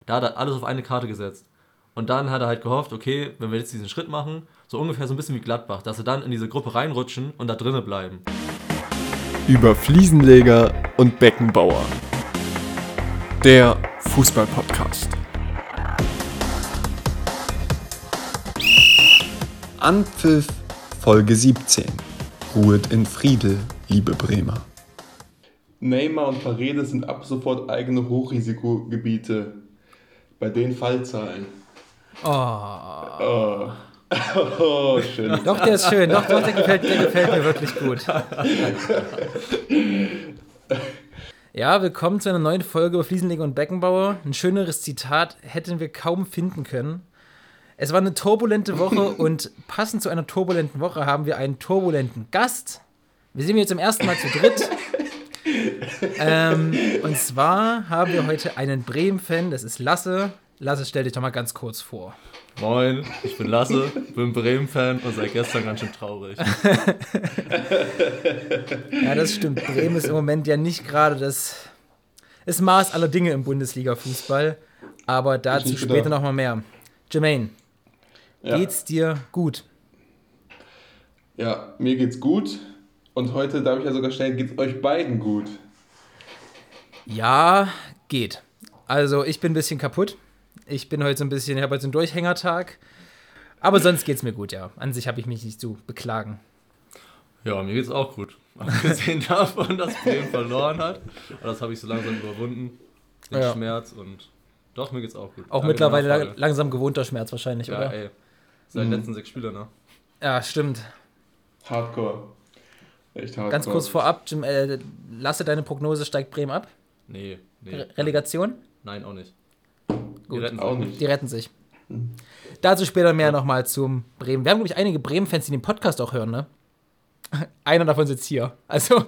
Da hat er alles auf eine Karte gesetzt. Und dann hat er halt gehofft, okay, wenn wir jetzt diesen Schritt machen, so ungefähr so ein bisschen wie Gladbach, dass sie dann in diese Gruppe reinrutschen und da drinnen bleiben. Über Fliesenleger und Beckenbauer. Der Fußball-Podcast. Anpfiff Folge 17. Ruhet in Friede, liebe Bremer. Neymar und Paredes sind ab sofort eigene Hochrisikogebiete bei den Fallzahlen. Oh, schön. Doch, der ist schön. Doch, der gefällt mir wirklich gut. Ja, willkommen zu einer neuen Folge über Fliesenleger und Beckenbauer. Ein schöneres Zitat hätten wir kaum finden können. Es war eine turbulente Woche und passend zu einer turbulenten Woche haben wir einen turbulenten Gast. Wir sind jetzt zum ersten Mal zu dritt. Und zwar haben wir heute einen Bremen-Fan, das ist Lasse. Lasse, stell dich doch mal ganz kurz vor. Moin, ich bin Lasse, bin Bremen-Fan und seit gestern ganz schön traurig. Ja, das stimmt. Bremen ist im Moment ja nicht gerade das Maß aller Dinge im Bundesliga-Fußball. Aber dazu später nochmal mehr. Jermaine, geht's dir gut? Ja, mir geht's gut. Und heute darf ich ja sogar stellen, geht's euch beiden gut? Ja, geht. Also ich bin ein bisschen kaputt. Ich habe heute so einen Durchhängertag. Aber sonst geht's mir gut, ja. An sich habe ich mich nicht zu beklagen. Ja, mir geht's auch gut. Abgesehen davon, dass Bremen verloren hat. Aber das habe ich so langsam überwunden. Den Schmerz und doch, mir geht's auch gut. Auch mittlerweile langsam gewohnter Schmerz wahrscheinlich, ja, oder? Ja, ey. Seit den letzten 6 Spielen, ne? Ja, stimmt. Hardcore. Echt hardcore. Ganz kurz vorab, Jim, Lasse, deine Prognose, steigt Bremen ab? Nee. Relegation? Nein, auch nicht. Gut. Die retten sich. Dazu später mehr nochmal zum Bremen. Wir haben, glaube ich, einige Bremen-Fans, die den Podcast auch hören, ne? Einer davon sitzt hier. Also,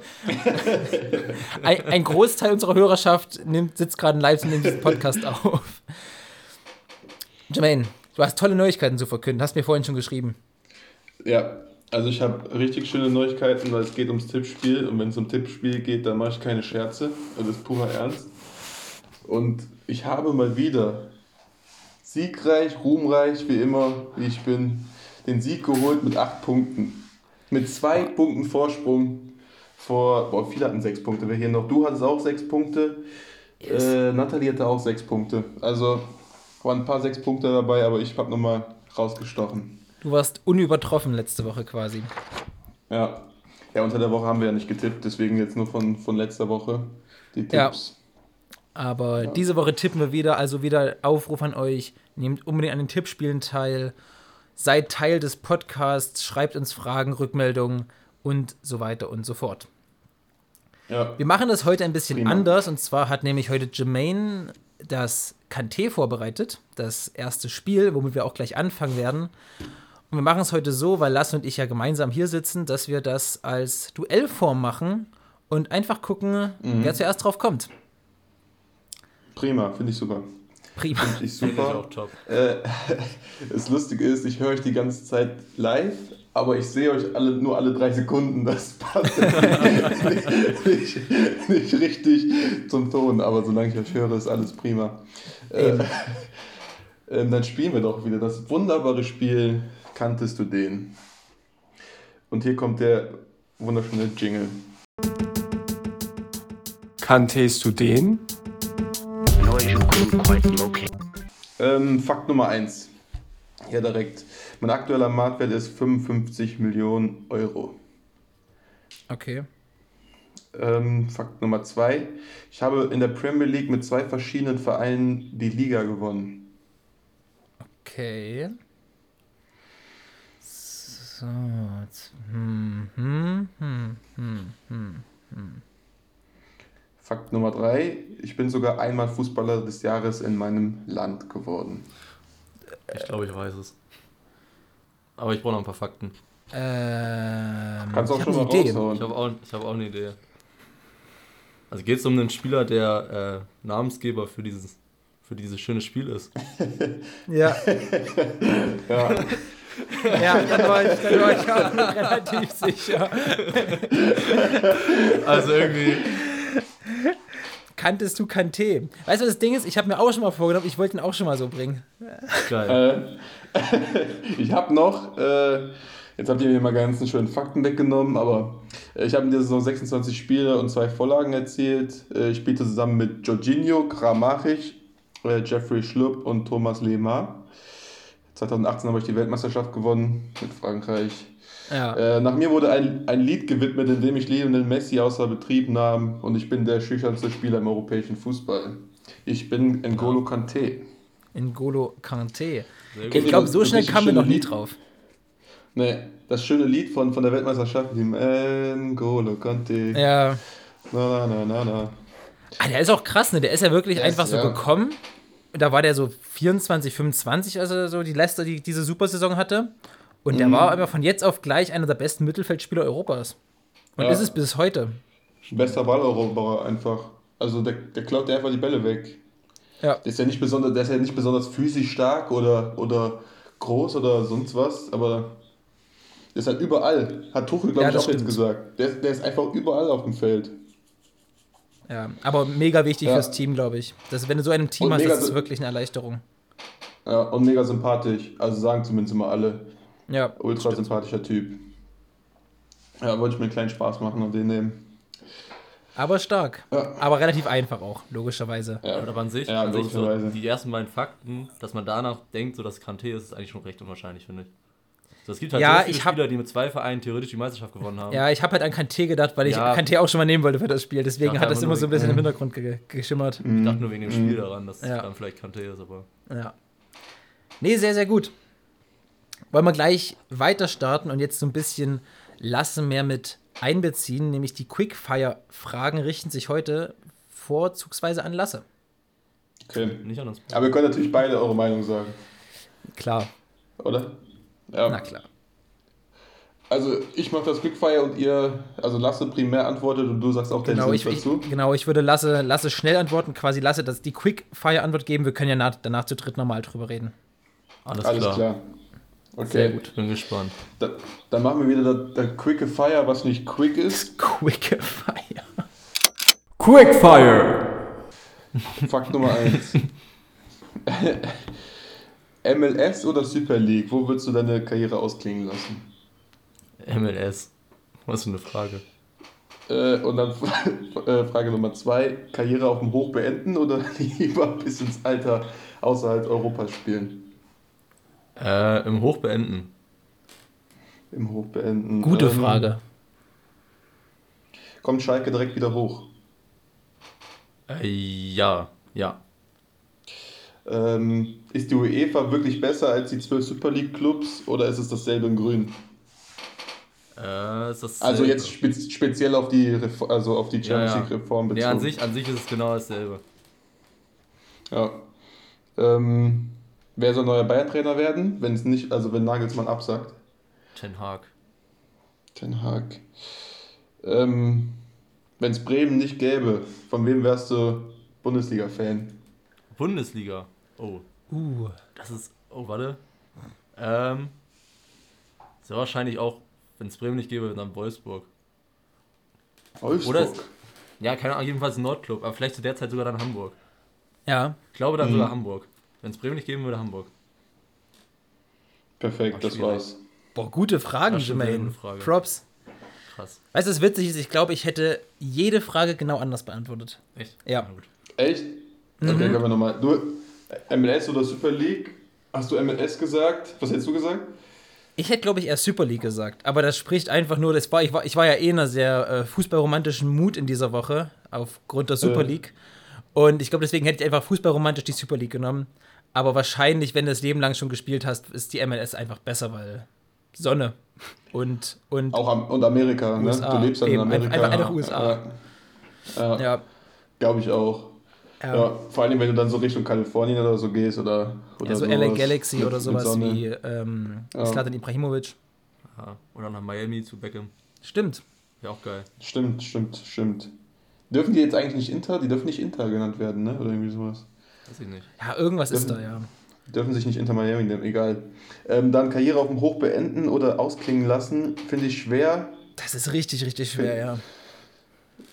ein Großteil unserer Hörerschaft sitzt gerade live und nimmt diesen Podcast auf. Jermaine, du hast tolle Neuigkeiten zu verkünden. Hast mir vorhin schon geschrieben. Ja, also ich habe richtig schöne Neuigkeiten, weil es geht ums Tippspiel. Und wenn es um Tippspiel geht, dann mache ich keine Scherze. Das ist purer Ernst. Und ich habe mal wieder siegreich, ruhmreich, wie immer, wie ich bin, den Sieg geholt mit 8 Punkten. Mit 2 Punkten Vorsprung vor, viele hatten 6 Punkte. Wer hier noch? Du hattest auch 6 Punkte. Yes. Nathalie hatte auch 6 Punkte. Also waren ein paar 6 Punkte dabei, aber ich habe nochmal rausgestochen. Du warst unübertroffen letzte Woche quasi. Ja, unter der Woche haben wir ja nicht getippt, deswegen jetzt nur von letzter Woche die Tipps. Ja. Aber diese Woche tippen wir wieder, also wieder Aufruf an euch, nehmt unbedingt an den Tippspielen teil, seid Teil des Podcasts, schreibt uns Fragen, Rückmeldungen und so weiter und so fort. Ja. Wir machen das heute ein bisschen anders, und zwar hat nämlich heute Jermaine das Kanté vorbereitet, das erste Spiel, womit wir auch gleich anfangen werden. Und wir machen es heute so, weil Lasse und ich ja gemeinsam hier sitzen, dass wir das als Duellform machen und einfach gucken, wer zuerst drauf kommt. Prima, finde ich super. Prima. Finde ich super. Finde ich auch top. Das Lustige ist, ich höre euch die ganze Zeit live, aber ich sehe euch nur alle 3 Sekunden. Das passt nicht richtig zum Ton, aber solange ich euch höre, ist alles prima. Dann spielen wir doch wieder das wunderbare Spiel Kanntest du den? Und hier kommt der wunderschöne Jingle. Kanntest du den? Fakt Nummer 1. Hier direkt. Mein aktueller Marktwert ist 55 Millionen Euro. Okay. Fakt Nummer 2. Ich habe in der Premier League mit 2 verschiedenen Vereinen die Liga gewonnen. Okay. So. Fakt Nummer 3. Ich bin sogar einmal Fußballer des Jahres in meinem Land geworden. Ich glaube, ich weiß es. Aber ich brauche noch ein paar Fakten. Kannst auch schon mal raushauen. Ich habe auch eine Idee. Also geht es um einen Spieler, der Namensgeber für dieses schöne Spiel ist. Ja. Ja. Ja, dann war ich auch noch relativ sicher. Also irgendwie Kanntest du Kanté? Weißt du, das Ding ist, ich habe mir auch schon mal vorgenommen, ich wollte ihn auch schon mal so bringen. Geil. Ich habe noch, jetzt habt ihr mir mal ganzen schönen Fakten weggenommen, aber ich habe in der Saison 26 Spiele und 2 Vorlagen erzielt. Ich spielte zusammen mit Jorginho, Kramaric, Jeffrey Schlupp und Thomas Lemar. 2018 habe ich die Weltmeisterschaft gewonnen mit Frankreich. Ja. Nach mir wurde ein Lied gewidmet, in dem ich Lionel Messi außer Betrieb nahm, und ich bin der schüchternste Spieler im europäischen Fußball. Ich bin N'Golo Kanté. N'Golo Kanté. Sehr Ich gut. glaube, so Das schnell richtig kamen wir schöne noch nie Lied? drauf. Nee, das schöne Lied von der Weltmeisterschaft, dem N'Golo Kanté. Ja. Na, na, na, na. Der ist auch krass, ne? Der ist ja wirklich Der einfach ist, so ja. gekommen. Da war der so 24, 25, als er so die Leicester diese Supersaison hatte. Und der war aber von jetzt auf gleich einer der besten Mittelfeldspieler Europas. Und Ja. ist es bis heute. Bester Balleroberer einfach. Also der klaut dir einfach die Bälle weg. Ja. Der ist ja nicht besonders physisch stark oder groß oder sonst was, aber der ist halt überall. Hat Tuchel, glaube Ja, ich, das auch jetzt stimmt. gesagt. Der ist einfach überall auf dem Feld. Ja, aber mega wichtig Ja. fürs Team, glaube ich. Wenn du so ein Team Und hast, mega ist es so- wirklich eine Erleichterung. Ja, und mega sympathisch. Also sagen zumindest immer alle. Ja. Ultra sympathischer Typ. Ja, wollte ich mir einen kleinen Spaß machen und den nehmen. Aber stark. Ja. Aber relativ einfach auch, logischerweise. Ja, Aber an sich, ja, an sich so, logischerweise. die ersten beiden Fakten, dass man danach denkt, so dass Kanté ist eigentlich schon recht unwahrscheinlich, finde ich. So, es gibt halt Ja, so viele ich hab- Spieler, die mit 2 Vereinen theoretisch die Meisterschaft gewonnen haben. Ja, ich habe halt an Kanté gedacht, weil ich Ja. Kanté auch schon mal nehmen wollte für das Spiel. Deswegen Ja, hat das einfach immer nur so ein bisschen im Hintergrund geschimmert. Ich dachte nur wegen dem Spiel daran, dass Ja. es dann vielleicht Kanté ist, aber... Ja. Nee, sehr, sehr gut. Wollen wir gleich weiter starten und jetzt so ein bisschen Lasse mehr mit einbeziehen, nämlich die Quickfire-Fragen richten sich heute vorzugsweise an Lasse. Okay. Nicht an uns. Aber ihr könnt natürlich beide eure Meinung sagen, Klar, oder? Ja. na klar. Also ich mache das Quickfire und ihr, also Lasse primär antwortet und du sagst auch deinen Genau, Senf dazu. ich würde Lasse schnell antworten, quasi Lasse die Quickfire-Antwort geben. Wir können ja danach zu dritt nochmal drüber reden. Alles Alles klar. Okay. Sehr gut. Bin gespannt. Dann machen wir wieder der Quicke Fire, was nicht quick ist. Quickfire. Quickfire. Fakt Nummer 1. MLS oder Super League? Wo würdest du deine Karriere ausklingen lassen? MLS. Was für eine Frage. Und dann Frage Nummer 2. Karriere auf dem Hoch beenden oder lieber bis ins Alter außerhalb Europas spielen? Im Hoch beenden. Im Hoch beenden. Gute Frage. Kommt Schalke direkt wieder hoch? Ja. Ist die UEFA wirklich besser als die 12 Super League Clubs oder ist es dasselbe in Grün? Ist das Also jetzt speziell auf die auf die Ja, Champions ja. League Reform Nee, bezogen. an sich ist es genau dasselbe. Ja. Wer soll neuer Bayern-Trainer werden, wenn es nicht, also wenn Nagelsmann absagt? Ten Hag. Ten Hag. Wenn es Bremen nicht gäbe, von wem wärst du Bundesliga-Fan? Bundesliga. Oh, das ist... Oh, warte. Sehr wahrscheinlich auch, wenn es Bremen nicht gäbe, dann Wolfsburg. Wolfsburg. Oder ja, keine Ahnung, jedenfalls Nordclub, aber vielleicht zu der Zeit sogar dann Hamburg. Ja, Ich glaube dann sogar Hamburg. Wenn es Bremen nicht geben würde, Hamburg. Perfekt, Ach, das schwierig. war's. boah, gute Fragen, Das ist schon eine Jermaine. gute Frage. Props. Krass. Weißt du, was witzig ist? Ich glaube, ich hätte jede Frage genau anders beantwortet. Echt? Ja. Na gut. Echt? Okay, können wir nochmal. Du, MLS oder Super League? Hast du MLS gesagt? Was hättest du gesagt? Ich hätte, glaube ich, eher Super League gesagt. Aber das spricht einfach nur, ich war ja eh in einer sehr fußballromantischen Mut in dieser Woche, aufgrund der Super League. Und ich glaube, deswegen hätte ich einfach fußballromantisch die Super League genommen. Aber wahrscheinlich, wenn du das Leben lang schon gespielt hast, ist die MLS einfach besser, weil Sonne und Und Amerika, ne? USA. Du lebst dann in Eben, Amerika. einfach USA. Ja. Glaube ich auch. Ja. Ja, vor allem, wenn du dann so Richtung Kalifornien oder so gehst oder Ja, so sowas LA Galaxy mit- oder mit sowas Sonne. wie Zlatan Ibrahimovic. Ja. Oder nach Miami zu Beckham. Stimmt. Wäre auch geil. Stimmt. Dürfen die jetzt eigentlich nicht Inter? Die dürfen nicht Inter genannt werden, ne? Oder irgendwie sowas. Weiß ich nicht. Ja, irgendwas ist da, ja. Die dürfen sich nicht Inter Miami nennen, egal. Dann Karriere auf dem Hoch beenden oder ausklingen lassen, finde ich schwer. Das ist richtig, richtig schwer, ja.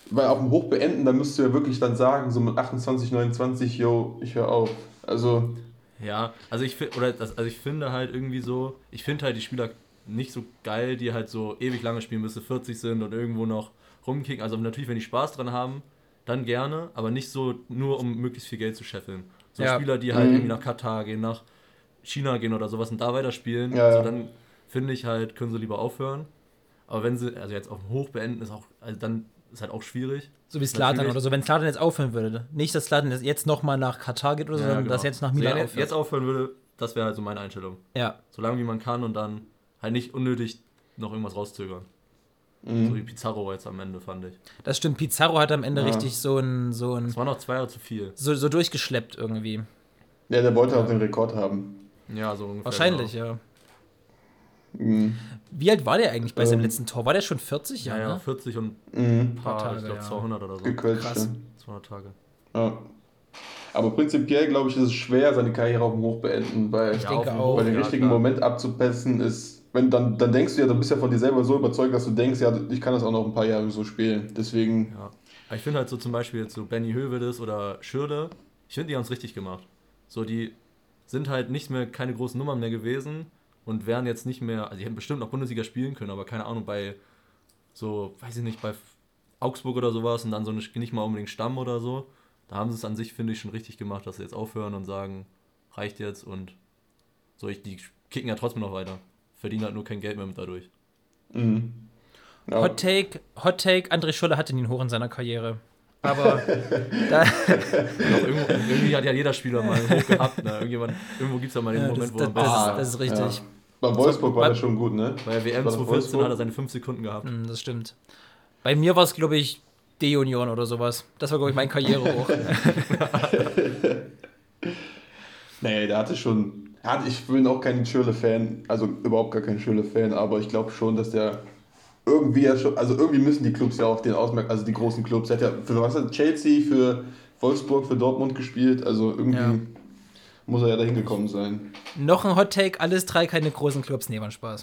weil auf dem Hoch beenden, da müsst du ja wirklich dann sagen, so mit 28, 29, yo, ich höre auf. Also, Ja, also ich finde halt irgendwie so, ich finde halt die Spieler nicht so geil, die halt so ewig lange spielen, bis sie 40 sind und irgendwo noch rumkicken. Also natürlich, wenn die Spaß dran haben, dann gerne, aber nicht so nur, um möglichst viel Geld zu scheffeln. So Spieler, die halt irgendwie nach Katar gehen, nach China gehen oder sowas und da weiterspielen, so dann finde ich halt, können sie lieber aufhören. Aber wenn sie, also jetzt auf dem Hoch beenden, ist auch, also dann ist halt auch schwierig. So wie Zlatan oder so, wenn Zlatan jetzt aufhören würde. Nicht, dass Zlatan jetzt nochmal nach Katar geht oder so, sondern dass jetzt nach Milan aufhört. Jetzt aufhören würde, das wäre halt so meine Einstellung. Ja. So lange wie man kann und dann halt nicht unnötig noch irgendwas rauszögern. So wie Pizarro jetzt am Ende, fand ich. Das stimmt, Pizarro hat am Ende richtig so ein... Das war noch 2 Jahre zu viel. So durchgeschleppt irgendwie. ja, der wollte auch den Rekord haben. Ja, so ungefähr. Wahrscheinlich, genau. ja. Wie alt war der eigentlich bei seinem letzten Tor? War der schon 40? Ja, ne? 40 und ein paar, Tage, ich glaube ja. 200 oder so. Gequetscht. Krass. 200 Tage. Ja. Aber prinzipiell, glaube ich, ist es schwer, seine Karriere auf dem Hoch beenden, weil Ich denke auf dem auch. Hoch, bei den ja, richtigen klar. Moment abzupassen ist, wenn dann denkst du ja, du bist ja von dir selber so überzeugt, dass du denkst, ja, ich kann das auch noch ein paar Jahre so spielen. Deswegen, Ja. Aber ich finde halt so zum Beispiel jetzt so Benny Hövedes oder Schürrle, ich finde, die haben es richtig gemacht. So, die sind halt nicht mehr keine großen Nummern mehr gewesen und wären jetzt nicht mehr, also die hätten bestimmt noch Bundesliga spielen können, aber keine Ahnung, bei so, weiß ich nicht, bei Augsburg oder sowas und dann so nicht mal unbedingt Stamm oder so, da haben sie es an sich, finde ich, schon richtig gemacht, dass sie jetzt aufhören und sagen, reicht jetzt und so, die kicken ja trotzdem noch weiter. Verdienen halt nur kein Geld mehr mit dadurch. ja. Hot Take, André Schürrle hatte nie einen Hoch in seiner Karriere. Aber da, Doch, irgendwie hat ja jeder Spieler mal einen Hoch gehabt. Ne? Irgendwo gibt es ja mal den Moment, wo er am besten ist. das ist richtig. Ja. Bei Wolfsburg war das schon gut, ne? Bei der WM War das 2014 Wolfsburg? hat er seine 5 Sekunden gehabt. Das stimmt. Bei mir war es, glaube ich, D-Union oder sowas. Das war, glaube ich, mein Karrierehoch. Nee, der hatte schon. Ich bin auch kein Schürrle-Fan, also überhaupt gar kein Schürrle-Fan, aber ich glaube schon, dass der irgendwie ja schon, also irgendwie müssen die Clubs ja auf den ausmerken, also die großen Clubs. Er hat ja für was hat Chelsea, für Wolfsburg, für Dortmund gespielt, also irgendwie muss er ja dahin gekommen sein. Noch ein Hot Take, alles 3 keine großen Clubs. Nee, war ein Spaß.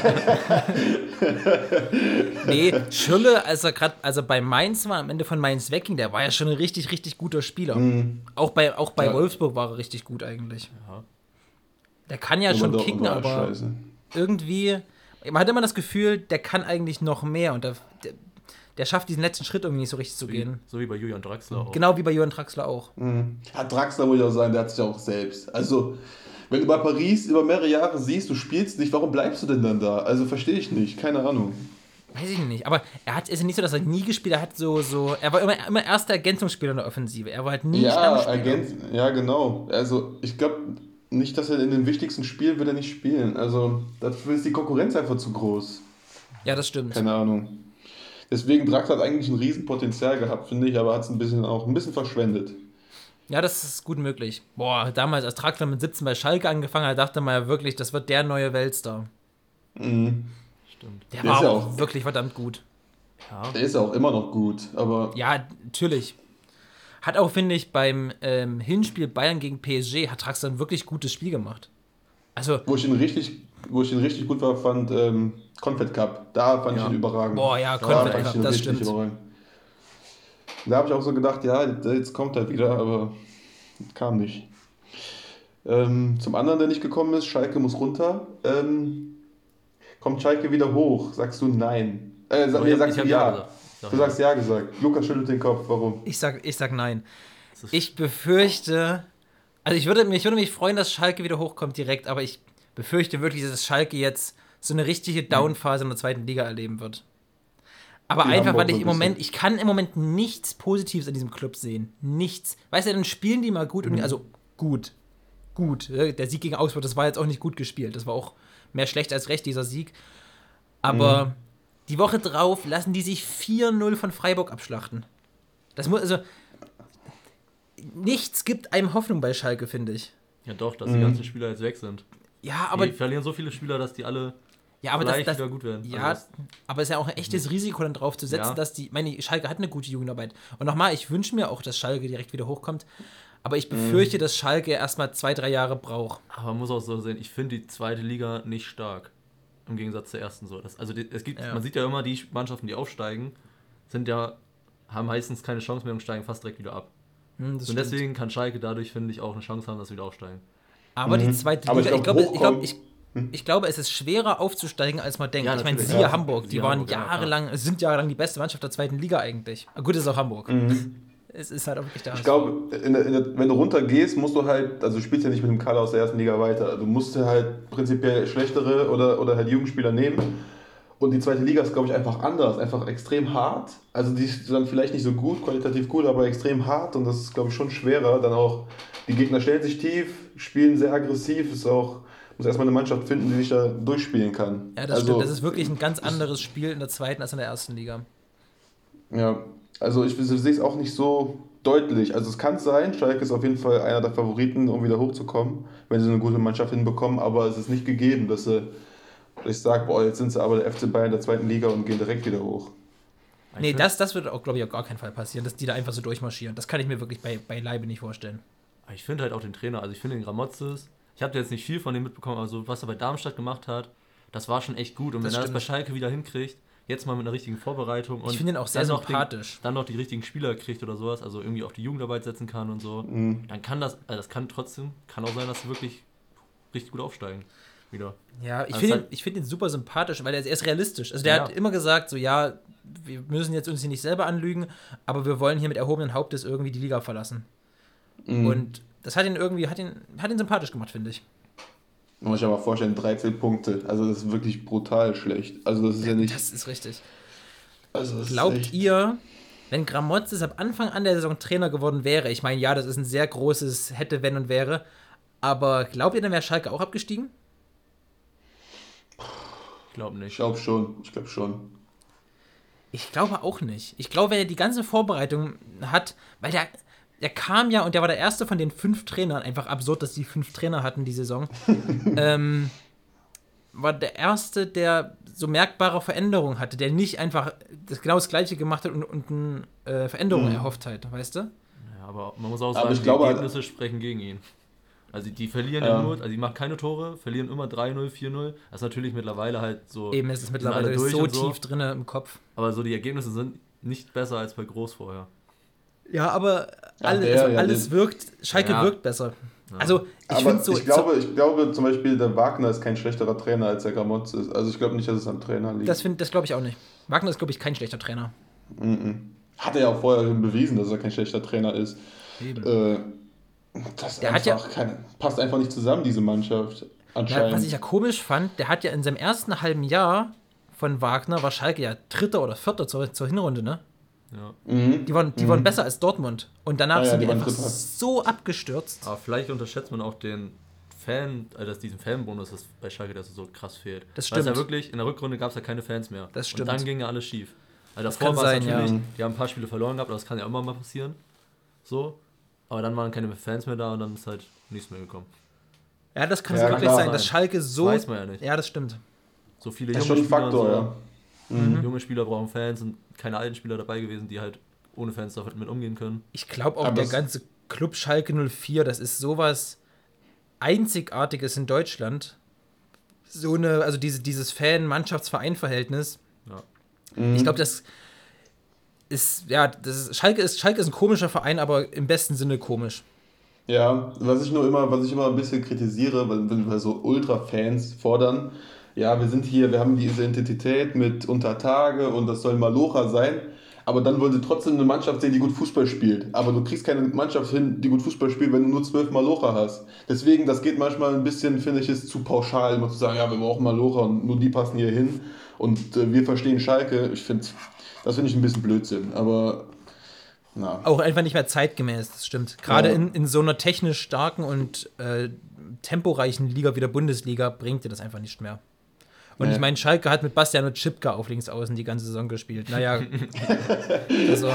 Nee, Schürrle, als er bei Mainz war, am Ende von Mainz wegging, der war ja schon ein richtig, richtig guter Spieler. Auch bei Ja. Wolfsburg war er richtig gut eigentlich. Ja. Der kann ja Aber schon Dortmund kicken, war aber scheiße. irgendwie, man hat immer das Gefühl, der kann eigentlich noch mehr und der schafft diesen letzten Schritt irgendwie nicht so richtig zu gehen. So wie bei Julian Draxler auch. Genau wie bei Johann Draxler auch. Ja, Draxler muss ich auch sagen, der hat sich auch selbst. Also, wenn du bei Paris über mehrere Jahre siehst, du spielst nicht, warum bleibst du denn dann da? Also verstehe ich nicht, keine Ahnung. Weiß ich nicht, aber ist ja nicht so, dass er nie gespielt hat, er war immer erster Ergänzungsspieler in der Offensive. Er war halt nie Stammspieler. Ja, genau. Also ich glaube nicht, dass er in den wichtigsten Spielen will er nicht spielen. Also dafür ist die Konkurrenz einfach zu groß. Ja, das stimmt. Keine Ahnung. Deswegen Draxler hat eigentlich ein Riesenpotenzial gehabt, finde ich, aber hat es ein bisschen verschwendet. Ja, das ist gut möglich. Boah, damals, als Draxler mit 17 bei Schalke angefangen hat, dachte man ja wirklich, das wird der neue Weltstar. Stimmt. Der Der war ist ja auch auch- wirklich verdammt gut. Ja. Der ist ja auch immer noch gut, aber Ja, natürlich. Hat auch, finde ich, beim Hinspiel Bayern gegen PSG hat Draxler ein wirklich gutes Spiel gemacht. Also, wo ich ihn richtig gut war, fand Confed Cup. Da fand ich ihn überragend. boah, ja, Da Confed fand ich Cup, ihn das richtig stimmt. überragend. Da habe ich auch so gedacht, ja, jetzt kommt er wieder, aber kam nicht. Zum anderen, der nicht gekommen ist, Schalke muss runter. Kommt Schalke wieder hoch? Sagst du nein? Sagst ich du hab ja. gesagt. Du sagst ja gesagt. Lukas schüttelt den Kopf. Warum? Ich sag nein. Ich befürchte, also ich würde mich freuen, dass Schalke wieder hochkommt direkt, aber ich befürchte wirklich, dass Schalke jetzt so eine richtige Downphase in der zweiten Liga erleben wird. Aber Die einfach, haben weil auch so ein ich kann im Moment nichts Positives an diesem Club sehen. Nichts. Weißt du, dann spielen die mal gut, also gut. Der Sieg gegen Augsburg, das war jetzt auch nicht gut gespielt. Das war auch mehr schlecht als recht, dieser Sieg. Aber die Woche drauf lassen die sich 4-0 von Freiburg abschlachten. Das muss, also, nichts gibt einem Hoffnung bei Schalke, finde ich. Ja doch, dass die ganzen Spieler jetzt weg sind. Ja, aber Die verlieren so viele Spieler, dass die alle das vielleicht wieder gut werden. Ja, Also aber es ist ja auch ein echtes Risiko, dann drauf zu setzen, Ja. dass Schalke hat eine gute Jugendarbeit. Und nochmal, ich wünsche mir auch, dass Schalke direkt wieder hochkommt. Aber ich befürchte, dass Schalke erstmal 2-3 Jahre braucht. aber man muss auch so sehen, ich finde die zweite Liga nicht stark. Im Gegensatz zur ersten so. Man sieht ja immer, die Mannschaften, die aufsteigen, sind ja haben meistens keine Chance mehr und steigen fast direkt wieder ab. Das Und stimmt. deswegen kann Schalke dadurch, finde ich, auch eine Chance haben, dass sie wieder aufsteigen. Aber die zweite Aber Liga, ich ich glaube, es ist schwerer aufzusteigen, als man denkt. Ja, ich meine, natürlich. siehe Ja. Hamburg, die Siehe waren Hamburg, ja, jahrelang, sind jahrelang die beste Mannschaft der zweiten Liga eigentlich. Gut, ist auch Hamburg. Es ist halt auch wirklich da. Ich glaube, wenn du runtergehst, musst du halt, also du spielst ja nicht mit dem Kader aus der ersten Liga weiter. Du musst halt prinzipiell schlechtere oder halt Jugendspieler nehmen. Und die zweite Liga ist, glaube ich, einfach anders, einfach extrem hart. Also die ist dann vielleicht nicht so gut, qualitativ gut, aber extrem hart. Und das ist, glaube ich, schon schwerer. Dann auch, die Gegner stellen sich tief, spielen sehr aggressiv. Muss erstmal eine Mannschaft finden, die sich da durchspielen kann. Ja, das stimmt. Das ist wirklich ein ganz anderes Spiel in der zweiten als in der ersten Liga. Ja, also ich sehe es auch nicht so deutlich. Also es kann sein, Schalke ist auf jeden Fall einer der Favoriten, um wieder hochzukommen, wenn sie eine gute Mannschaft hinbekommen, aber es ist nicht gegeben, dass ich sage, boah, jetzt sind sie aber der FC Bayern der zweiten Liga und gehen direkt wieder hoch. Nee, das wird auch, glaube ich, auf gar keinen Fall passieren, dass die da einfach so durchmarschieren. Das kann ich mir wirklich bei Leibe nicht vorstellen. Ich finde halt auch den Trainer, also ich finde den Gramotzes, ich habe jetzt nicht viel von dem mitbekommen, aber so, was er bei Darmstadt gemacht hat, das war schon echt gut. Und wenn er das bei Schalke wieder hinkriegt, jetzt mal mit einer richtigen Vorbereitung und ich finde ihn auch sehr sympathisch. dann noch die richtigen Spieler kriegt oder sowas, also irgendwie auf die Jugendarbeit setzen kann und so, dann kann das kann auch sein, dass sie wirklich richtig gut aufsteigen wieder. Ja, ich Also finde ihn super sympathisch, weil er ist realistisch. Also der hat immer gesagt, so ja, wir müssen jetzt uns hier nicht selber anlügen, aber wir wollen hier mit erhobenen Hauptes irgendwie die Liga verlassen. Und das hat ihn sympathisch gemacht, finde ich. Man muss sich aber vorstellen, 13 Punkte. Also das ist wirklich brutal schlecht. Also das ist ja nicht. Das ist richtig. Also das Glaubt ist echt, ihr, wenn Gramotzes ab Anfang an der Saison Trainer geworden wäre, ich meine, ja, das ist ein sehr großes hätte, wenn und wäre, aber glaubt ihr, dann wäre Schalke auch abgestiegen? Ich glaube nicht. Ich glaube schon. Ich glaube auch nicht. Ich glaube, wenn er die ganze Vorbereitung hat, weil der kam ja und der war der erste von den 5 Trainern, einfach absurd, dass die 5 Trainer hatten die Saison, war der erste, der so merkbare Veränderungen hatte, der nicht einfach genau das Gleiche gemacht hat und Veränderungen erhofft hat, weißt du? Ja, aber man muss auch Aber sagen, ich glaube, die Ergebnisse sprechen gegen ihn. Also die verlieren ja nur, also die machen keine Tore, verlieren immer 3-0, 4-0. Das ist natürlich mittlerweile halt so. Eben, es ist die sind alle mittlerweile durch so und so. tief drin im Kopf. Aber so die Ergebnisse sind nicht besser als bei Groß vorher. Ja, aber Ja, alles wirkt, Schalke Ja. wirkt besser. Ja. Also, ich Aber finde so. ich glaube zum Beispiel, der Wagner ist kein schlechterer Trainer als der Gramotzes. Also ich glaube nicht, dass es am Trainer liegt. Das glaube ich auch nicht. Wagner ist, glaube ich, kein schlechter Trainer. Hat er ja auch vorher bewiesen, dass er kein schlechter Trainer ist. Eben. Das Der hat passt einfach nicht zusammen, diese Mannschaft. Ja, Anscheinend. was ich ja komisch fand, der hat ja in seinem ersten halben Jahr von Wagner, war Schalke ja Dritter oder Vierter zur Hinrunde, ne? Ja. Die waren besser als Dortmund. Und danach sind die waren einfach Dritter. so abgestürzt. Aber vielleicht unterschätzt man auch diesen Fanbonus, das bei Schalke, dass es so krass fehlt. Das Weil es ja stimmt. wirklich, in der Rückrunde gab es ja keine Fans mehr. Das stimmt. Und dann ging ja alles schief. Also Das davor kann war es sein, natürlich, ja. die haben ein paar Spiele verloren gehabt, aber das kann ja immer mal passieren. So. Aber dann waren keine Fans mehr da und dann ist halt nichts mehr gekommen. Ja, das kann Ja, wirklich klar. sein, dass Schalke so. Das weiß man ja nicht. Ja, das stimmt. So viele Das ist junge schon ein Spieler Faktor, und so. ja. Junge Spieler brauchen Fans und keine alten Spieler dabei gewesen, die halt ohne Fans damit umgehen können. Ich glaube auch, Aber der es- ganze Club Schalke 04, das ist sowas Einzigartiges in Deutschland. Also dieses Fan-Mannschafts-Verein-Verhältnis. Ja. Ich glaube, Schalke ist ein komischer Verein, aber im besten Sinne komisch. Ja, was ich immer ein bisschen kritisiere, weil so Ultra-Fans fordern, ja, wir haben diese Identität mit Untertage und das soll Malocha sein, aber dann wollen sie trotzdem eine Mannschaft sehen, die gut Fußball spielt. Aber du kriegst keine Mannschaft hin, die gut Fußball spielt, wenn du nur 12 Malocha hast. Deswegen, das geht manchmal ein bisschen, finde ich, ist zu pauschal, immer zu sagen, ja, wir brauchen Malocha und nur die passen hier hin und wir verstehen Schalke. Das finde ich ein bisschen Blödsinn, aber na. Auch einfach nicht mehr zeitgemäß, das stimmt. Gerade Ja. in so einer technisch starken und temporeichen Liga wie der Bundesliga bringt dir das einfach nicht mehr. Und Nee. ich meine, Schalke hat mit Bastian und Schipka auf links außen die ganze Saison gespielt. Naja, also,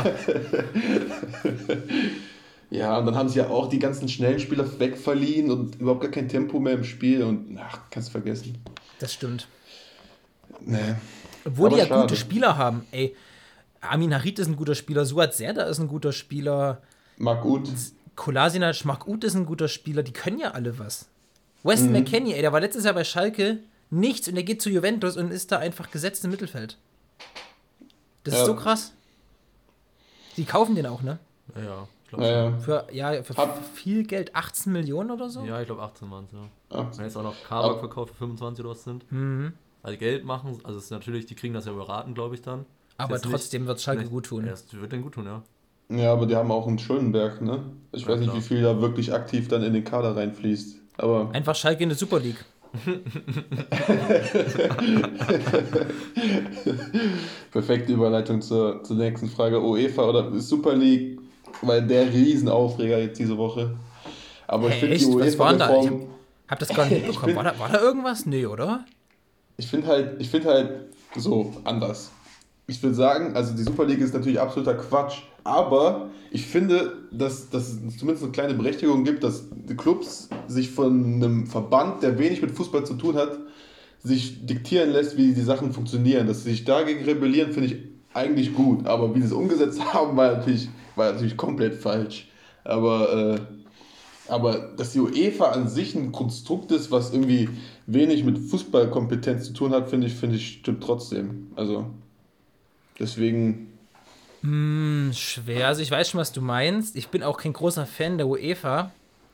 Ja, und dann haben sie ja auch die ganzen schnellen Spieler wegverliehen und überhaupt gar kein Tempo mehr im Spiel und kannst vergessen. das stimmt. Nee. Obwohl Aber die ja schade. gute Spieler haben. Ey, Amin Harit ist ein guter Spieler, Suat Serdar ist ein guter Spieler, Mag gut. Kolasinac, Marc-Uth ist ein guter Spieler, die können ja alle was. Weston McKennie, ey, der war letztes Jahr bei Schalke nichts und der geht zu Juventus und ist da einfach gesetzt im Mittelfeld. Das ist Ja. so krass. Die kaufen den auch, ne? Ja, ich glaube Für viel Geld, 18 Millionen oder so? Ja, ich glaube 18 waren es, ja. 18. Wenn jetzt auch noch Kabak verkauft für 25 oder was sind. Mhm. Also Geld machen, also es ist natürlich, die kriegen das ja beraten, glaube ich dann. Aber trotzdem wird Schalke gut tun. Ja, es wird denen gut tun, ja. Ja, aber die haben auch einen Schönenberg, ne? Ich weiß nicht, klar. wie viel da wirklich aktiv dann in den Kader reinfließt. Aber Einfach Schalke in der Super League. perfekte Überleitung zur nächsten Frage. UEFA oder Super League, weil der Riesenaufreger jetzt diese Woche. Aber ich finde die Was war denn da? Ich UEFA-Reform... hab das gar nicht mitbekommen. War da irgendwas? Nee, oder? Ich finde halt so anders. Ich würde sagen, also die Super League ist natürlich absoluter Quatsch, aber ich finde, dass es zumindest eine kleine Berechtigung gibt, dass die Clubs sich von einem Verband, der wenig mit Fußball zu tun hat, sich diktieren lässt, wie die Sachen funktionieren. Dass sie sich dagegen rebellieren, finde ich eigentlich gut, aber wie sie es umgesetzt haben, war natürlich komplett falsch. Aber dass die UEFA an sich ein Konstrukt ist, was irgendwie wenig mit Fußballkompetenz zu tun hat, finde ich stimmt trotzdem. Also deswegen. Schwer. Also ich weiß schon, was du meinst. Ich bin auch kein großer Fan der UEFA.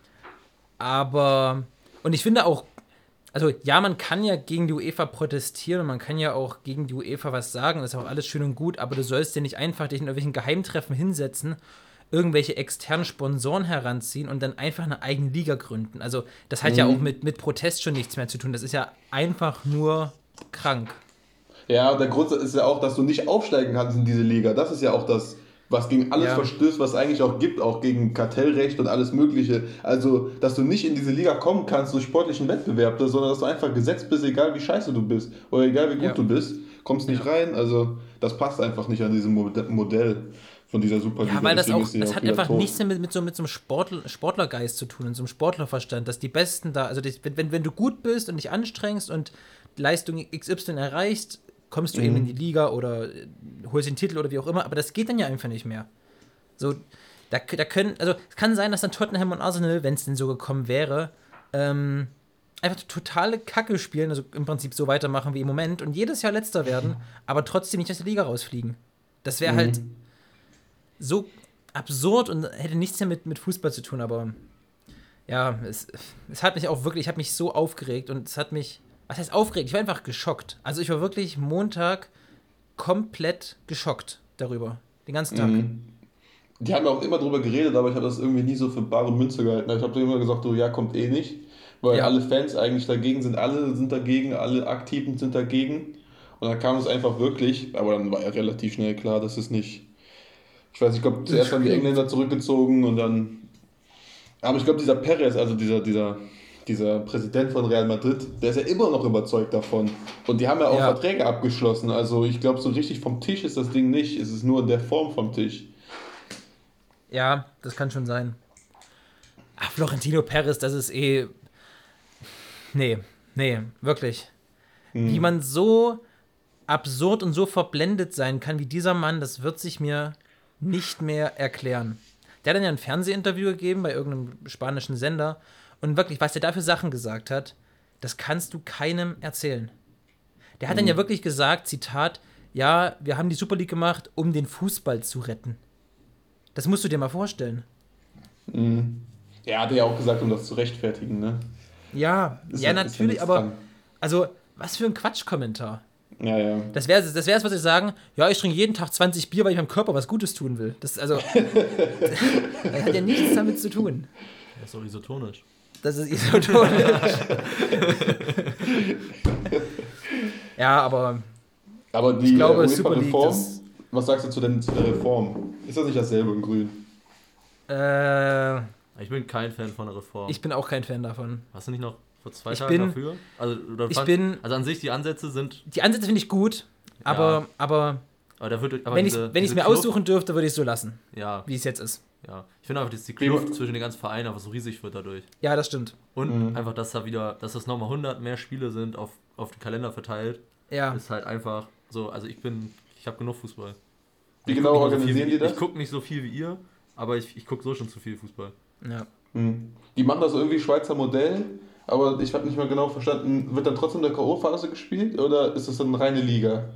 Und ich finde auch, also ja, man kann ja gegen die UEFA protestieren und man kann ja auch gegen die UEFA was sagen. Das ist auch alles schön und gut, aber du sollst ja nicht einfach dich in irgendwelchen Geheimtreffen hinsetzen, irgendwelche externen Sponsoren heranziehen und dann einfach eine eigene Liga gründen. Also das hat ja auch mit Protest schon nichts mehr zu tun. Das ist ja einfach nur krank. Ja, der Grund ist ja auch, dass du nicht aufsteigen kannst in diese Liga. Das ist ja auch das, was gegen alles verstößt, was es eigentlich auch gibt, auch gegen Kartellrecht und alles Mögliche. Also, dass du nicht in diese Liga kommen kannst durch sportlichen Wettbewerb, sondern dass du einfach gesetzt bist, egal wie scheiße du bist oder egal wie gut du bist, kommst nicht rein. Also, das passt einfach nicht an diesem Modell von dieser Superliga. Ja, weil das hat einfach nichts mehr mit so einem Sportlergeist zu tun und so einem Sportlerverstand, dass die Besten da, also wenn du gut bist und dich anstrengst und Leistung XY erreichst, kommst du eben in die Liga oder holst den Titel oder wie auch immer, aber das geht dann ja einfach nicht mehr. So, es kann sein, dass dann Tottenham und Arsenal, wenn es denn so gekommen wäre, einfach totale Kacke spielen, also im Prinzip so weitermachen wie im Moment und jedes Jahr Letzter werden, aber trotzdem nicht aus der Liga rausfliegen. Das wäre halt so absurd und hätte nichts mehr mit Fußball zu tun, aber ja, es hat mich auch wirklich, ich habe mich so aufgeregt und es hat mich, was heißt aufgeregt? Ich war einfach geschockt. Also ich war wirklich Montag komplett geschockt darüber, den ganzen Tag. Die haben ja auch immer drüber geredet, aber ich habe das irgendwie nie so für bare Münze gehalten. Ich habe immer gesagt, ja, kommt eh nicht, weil alle Fans eigentlich dagegen sind, alle sind dagegen, alle Aktiven sind dagegen. Und dann kam es einfach wirklich, aber dann war ja relativ schnell klar, dass es nicht. Ich weiß, ich glaube, zuerst haben die Engländer zurückgezogen und dann. Aber ich glaube, dieser Perez, also dieser Präsident von Real Madrid, der ist ja immer noch überzeugt davon. Und die haben ja auch Verträge abgeschlossen. Also ich glaube, so richtig vom Tisch ist das Ding nicht. Es ist nur in der Form vom Tisch. Ja, das kann schon sein. Ach, Florentino Perez, das ist Nee, wirklich. Wie man so absurd und so verblendet sein kann wie dieser Mann, das wird sich mir nicht mehr erklären. Der hat dann ja ein Fernsehinterview gegeben bei irgendeinem spanischen Sender und wirklich, was der da für Sachen gesagt hat, das kannst du keinem erzählen. Der hat dann ja wirklich gesagt, Zitat, ja, wir haben die Super League gemacht, um den Fußball zu retten. Das musst du dir mal vorstellen. Er hatte ja auch gesagt, um das zu rechtfertigen, ne? Ja, natürlich, aber also, was für ein Quatschkommentar. Ja. Das wäre es, was ich sagen, ja, ich trinke jeden Tag 20 Bier, weil ich meinem Körper was Gutes tun will. Das hat ja nichts damit zu tun. Das ist doch isotonisch. Das ist isotonisch. Ja, aber die ich glaube, Super League, Reform, was sagst du zu der Reform? Ist das nicht dasselbe in Grün? Ich bin kein Fan von der Reform. Ich bin auch kein Fan davon. Hast du nicht noch vor 2 Tagen dafür? Also an sich, die Ansätze sind... Die Ansätze finde ich gut, aber wenn ich es mir aussuchen dürfte, würde ich es so lassen, wie es jetzt ist. Ja, ich finde einfach, dass die Kluft zwischen den ganzen Vereinen einfach so riesig wird dadurch. Ja, das stimmt. Und einfach, dass das nochmal 100 mehr Spiele sind auf den Kalender verteilt. Ja. Ist halt einfach so, also ich habe genug Fußball. Wie genau organisieren die das? Ich gucke nicht so viel wie ihr, aber ich gucke so schon zu viel Fußball. Ja. Die machen das irgendwie Schweizer Modell, aber ich habe nicht mal genau verstanden, wird dann trotzdem der K.O.-Phase gespielt oder ist das dann eine reine Liga?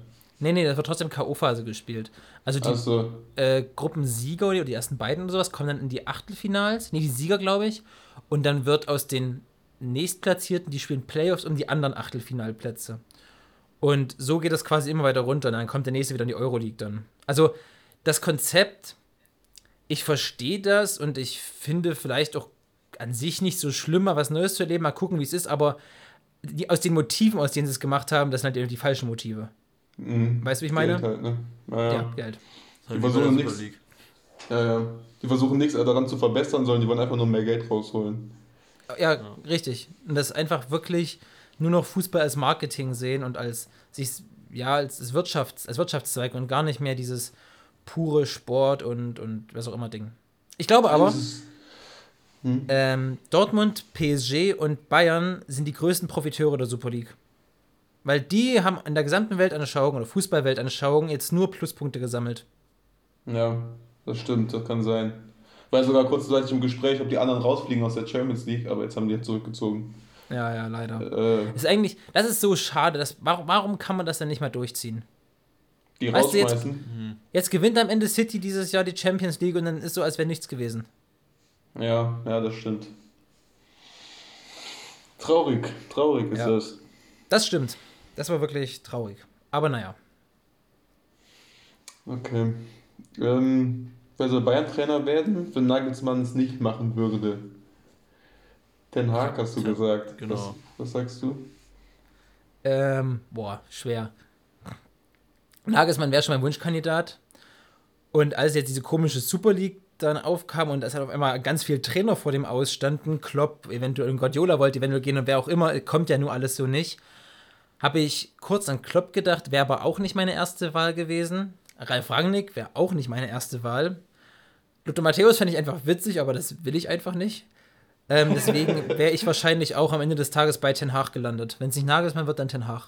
Nee, das wird trotzdem K.O.-Phase gespielt. Also die Also, Gruppensieger oder die ersten beiden oder sowas kommen dann in die Achtelfinals. Nee, die Sieger, glaube ich. Und dann wird aus den Nächstplatzierten, die spielen Playoffs um die anderen Achtelfinalplätze. Und so geht das quasi immer weiter runter. Und dann kommt der nächste wieder in die Euroleague dann. Also das Konzept, ich verstehe das und ich finde vielleicht auch an sich nicht so schlimm, mal was Neues zu erleben, mal gucken, wie es ist, aber aus den Motiven, aus denen sie es gemacht haben, das sind halt die falschen Motive. Weißt du, wie ich meine? Geld halt, ne? Naja. Ja, Geld. Das ist Die halt wie bei versuchen der nichts. Super League. Ja. Die versuchen nichts daran zu verbessern, sondern die wollen einfach nur mehr Geld rausholen. Ja, richtig. Und das einfach wirklich nur noch Fußball als Marketing sehen und als als Wirtschaftszweig und gar nicht mehr dieses pure Sport und was auch immer Ding. Ich glaube aber, Das ist- Dortmund, PSG und Bayern sind die größten Profiteure der Super League. Weil die haben in der gesamten Weltanschauung oder Fußballweltanschauung jetzt nur Pluspunkte gesammelt. Ja, das stimmt, das kann sein. War sogar kurzzeitig im Gespräch, ob die anderen rausfliegen aus der Champions League, aber jetzt haben die zurückgezogen. Ja, leider. Das Das ist so schade. Warum kann man das denn nicht mal durchziehen? die Weißt du, jetzt- rausschmeißen. Jetzt gewinnt am Ende City dieses Jahr die Champions League und dann ist so, als wäre nichts gewesen. Ja, das stimmt. Traurig ist Ja. das. Das stimmt. Das war wirklich traurig. Aber naja. Okay. Wer soll Bayern-Trainer werden, wenn Nagelsmann es nicht machen würde? Ten Hag hast du gesagt. Genau. Was sagst du? Schwer. Nagelsmann wäre schon mein Wunschkandidat. Und als jetzt diese komische Super League dann aufkam und es halt auf einmal ganz viele Trainer vor dem ausstanden, Klopp, eventuell Guardiola wollte eventuell gehen und wer auch immer, kommt ja nur alles so nicht, habe ich kurz an Klopp gedacht, wäre aber auch nicht meine erste Wahl gewesen. Ralf Rangnick wäre auch nicht meine erste Wahl. Lothar Matthäus fände ich einfach witzig, aber das will ich einfach nicht. Deswegen wäre ich wahrscheinlich auch am Ende des Tages bei Ten Hag gelandet. Wenn es nicht Nagelsmann wird, dann Ten Hag.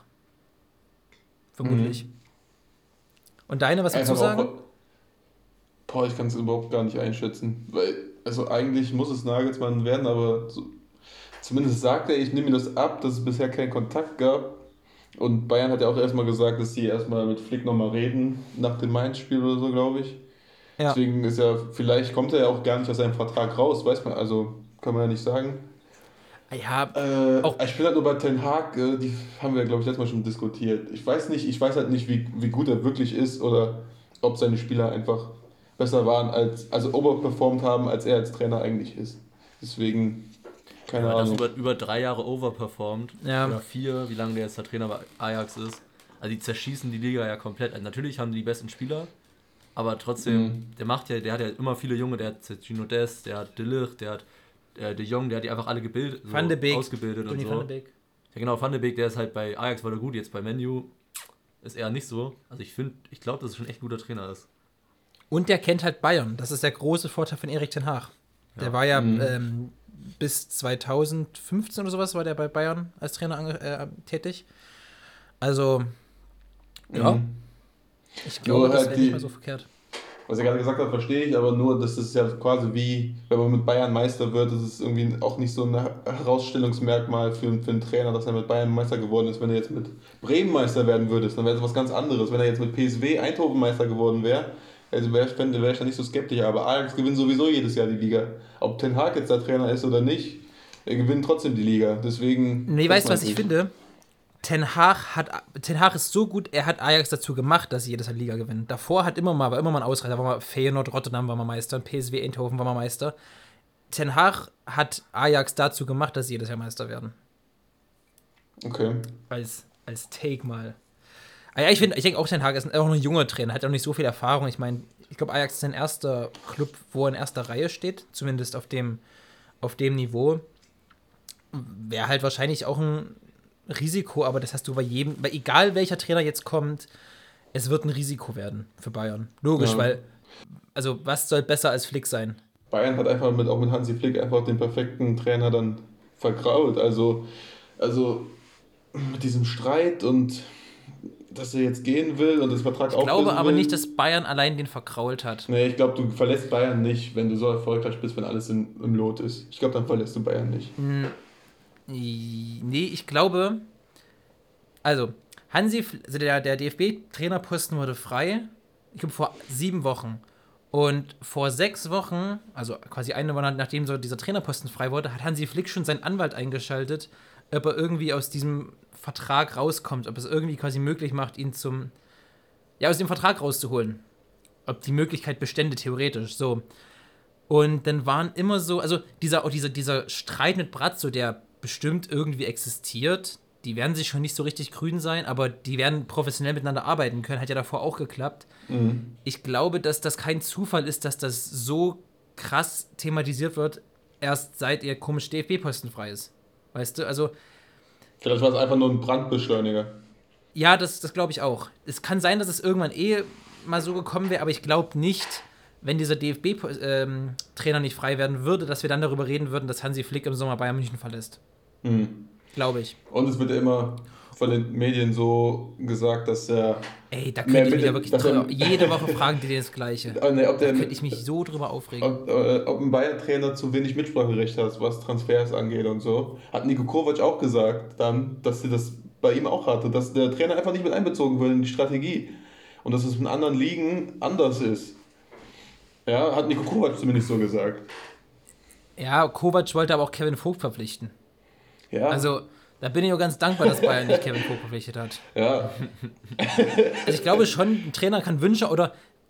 Vermutlich. Und deine, was willst du sagen? Boah, ich kann es überhaupt gar nicht einschätzen. Weil, also eigentlich muss es Nagelsmann werden, aber zumindest sagt er, ich nehme mir das ab, dass es bisher keinen Kontakt gab. Und Bayern hat ja auch erstmal gesagt, dass sie erstmal mit Flick nochmal reden, nach dem Mainz-Spiel oder so, glaube ich. Ja. Deswegen ist vielleicht kommt er ja auch gar nicht aus seinem Vertrag raus, weiß man, also kann man ja nicht sagen. Ja, auch Ich bin halt nur bei Ten Hag, die haben wir, glaube ich, letztes Mal schon diskutiert. Ich weiß halt nicht, wie gut er wirklich ist oder ob seine Spieler einfach besser waren, also overperformed haben, als er als Trainer eigentlich ist. Deswegen, keine Ja, das Ahnung. über 3 Jahre overperformed. Ja. Oder 4, wie lange der jetzt der Trainer bei Ajax ist. Also die zerschießen die Liga ja komplett. Also natürlich haben die besten Spieler, aber trotzdem, der hat ja immer viele Junge, der hat Gino Dest, der hat De Ligt, der hat De Jong, der hat die einfach alle gebildet, so Van de Beek. ausgebildet Donny und van so. de Beek. Ja genau, Van de Beek, der ist halt bei Ajax war der gut, jetzt bei Man U ist er nicht so. Also ich glaube, dass es schon echt ein guter Trainer ist. Und der kennt halt Bayern. Das ist der große Vorteil von Erik Ten Hag. Der war ja bis 2015 oder sowas war der bei Bayern als Trainer tätig. Also, ja. Ich glaube, Nur das halt wäre nicht mal so verkehrt. Was er gerade gesagt hat, verstehe ich, aber nur, das ist ja quasi wie, wenn man mit Bayern Meister wird, das ist irgendwie auch nicht so ein Herausstellungsmerkmal für einen Trainer, dass er mit Bayern Meister geworden ist. Wenn er jetzt mit Bremen Meister werden würde, dann wäre das was ganz anderes. Wenn er jetzt mit PSV Eindhoven Meister geworden wäre, also wäre ich dann nicht so skeptisch. Aber Ajax gewinnt sowieso jedes Jahr die Liga. Ob Ten Hag jetzt der Trainer ist oder nicht, er gewinnt trotzdem die Liga. Deswegen. Nee, weißt du, was ich finde? Ten Hag ist so gut, er hat Ajax dazu gemacht, dass sie jedes Jahr Liga gewinnen. Davor war immer mal ein Ausreißer, war mal Feyenoord, Rotterdam war mal Meister, PSV Eindhoven war mal Meister. Ten Hag hat Ajax dazu gemacht, dass sie jedes Jahr Meister werden. Okay. Als Take mal. Ja, ich denke auch, Ten Hag ist auch ein junger Trainer, hat auch nicht so viel Erfahrung. Ich meine, ich glaube, Ajax ist sein erster Club, wo er in erster Reihe steht, zumindest auf dem Niveau. Wäre halt wahrscheinlich auch ein Risiko, aber das hast du bei egal welcher Trainer jetzt kommt, es wird ein Risiko werden für Bayern. Logisch, Ja. weil, also was soll besser als Flick sein? Bayern hat einfach auch mit Hansi Flick einfach den perfekten Trainer dann vergrault. Also mit diesem Streit und dass er jetzt gehen will und das Vertrag Ich glaube auflösen aber will. nicht, dass Bayern allein den verkrault hat. Nee, ich glaube, du verlässt Bayern nicht, wenn du so erfolgreich bist, wenn alles im Lot ist. Ich glaube, dann verlässt du Bayern nicht. Nee, ich glaube, also, Also der DFB-Trainerposten wurde frei, ich glaube vor 7 Wochen. Und vor 6 Wochen, also quasi eine Woche nachdem so dieser Trainerposten frei wurde, hat Hansi Flick schon seinen Anwalt eingeschaltet, ob er irgendwie aus diesem Vertrag rauskommt, ob es irgendwie quasi möglich macht, ihn aus dem Vertrag rauszuholen. Ob die Möglichkeit bestände, theoretisch, so. Und dann waren immer so, also dieser Streit mit Brazzo, der bestimmt irgendwie existiert, die werden sich schon nicht so richtig grün sein, aber die werden professionell miteinander arbeiten können, hat ja davor auch geklappt. Mhm. Ich glaube, dass das kein Zufall ist, dass das so krass thematisiert wird, erst seit ihr komisch DFB-Posten frei ist. Weißt du, also... Vielleicht war es einfach nur ein Brandbeschleuniger. Ja, das glaube ich auch. Es kann sein, dass es irgendwann mal so gekommen wäre, aber ich glaube nicht, wenn dieser DFB-Trainer nicht frei werden würde, dass wir dann darüber reden würden, dass Hansi Flick im Sommer Bayern München verlässt. Mhm. Glaube ich. Und es wird ja immer von den Medien so gesagt, dass er... Ey, da könnte ich mich ja wirklich jede Woche fragen die das Gleiche. Da könnte ich mich so drüber aufregen. Ob ein Bayern-Trainer zu wenig Mitspracherecht hat, was Transfers angeht und so. Hat Niko Kovac auch gesagt dann, dass sie das bei ihm auch hatte, dass der Trainer einfach nicht mit einbezogen wird in die Strategie. Und dass es in anderen Ligen anders ist. Ja, hat Niko Kovac zumindest so gesagt. Ja, Kovac wollte aber auch Kevin Vogt verpflichten. Ja. Also, da bin ich auch ganz dankbar, dass Bayern nicht Kevin Vogt verpflichtet hat. Ja. Also ich glaube schon, ein Trainer kann Wünsche oder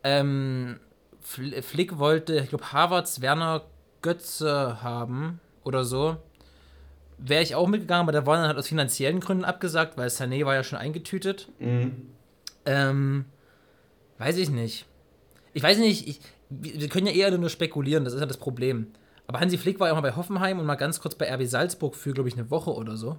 Flick wollte, ich glaube, Havertz, Werner, Götze haben oder so. Wäre ich auch mitgegangen, aber der war dann halt aus finanziellen Gründen abgesagt, weil Sané war ja schon eingetütet. Mhm. Weiß ich nicht. Ich weiß nicht, wir können ja eher nur spekulieren, das ist ja das Problem. Aber Hansi Flick war ja mal bei Hoffenheim und mal ganz kurz bei RB Salzburg für, glaube ich, eine Woche oder so.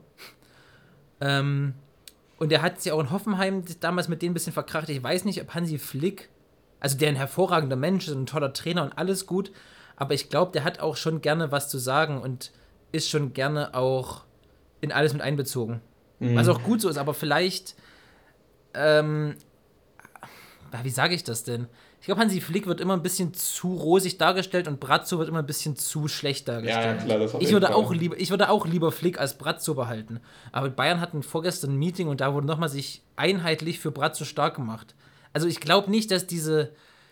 Und er hat sich auch in Hoffenheim damals mit denen ein bisschen verkracht. Ich weiß nicht, ob Hansi Flick, also der ein hervorragender Mensch ist, ein toller Trainer und alles gut, aber ich glaube, der hat auch schon gerne was zu sagen und ist schon gerne auch in alles mit einbezogen. Mhm. Was auch gut so ist, aber vielleicht, wie sage ich das denn? Ich glaube, Hansi Flick wird immer ein bisschen zu rosig dargestellt und Brazzo wird immer ein bisschen zu schlecht dargestellt. Ja, klar, das ich würde auch lieber Flick als Brazzo behalten. Aber Bayern hatten vorgestern ein Meeting und da wurde nochmal sich einheitlich für Brazzo stark gemacht. Also ich glaube nicht, dass dieser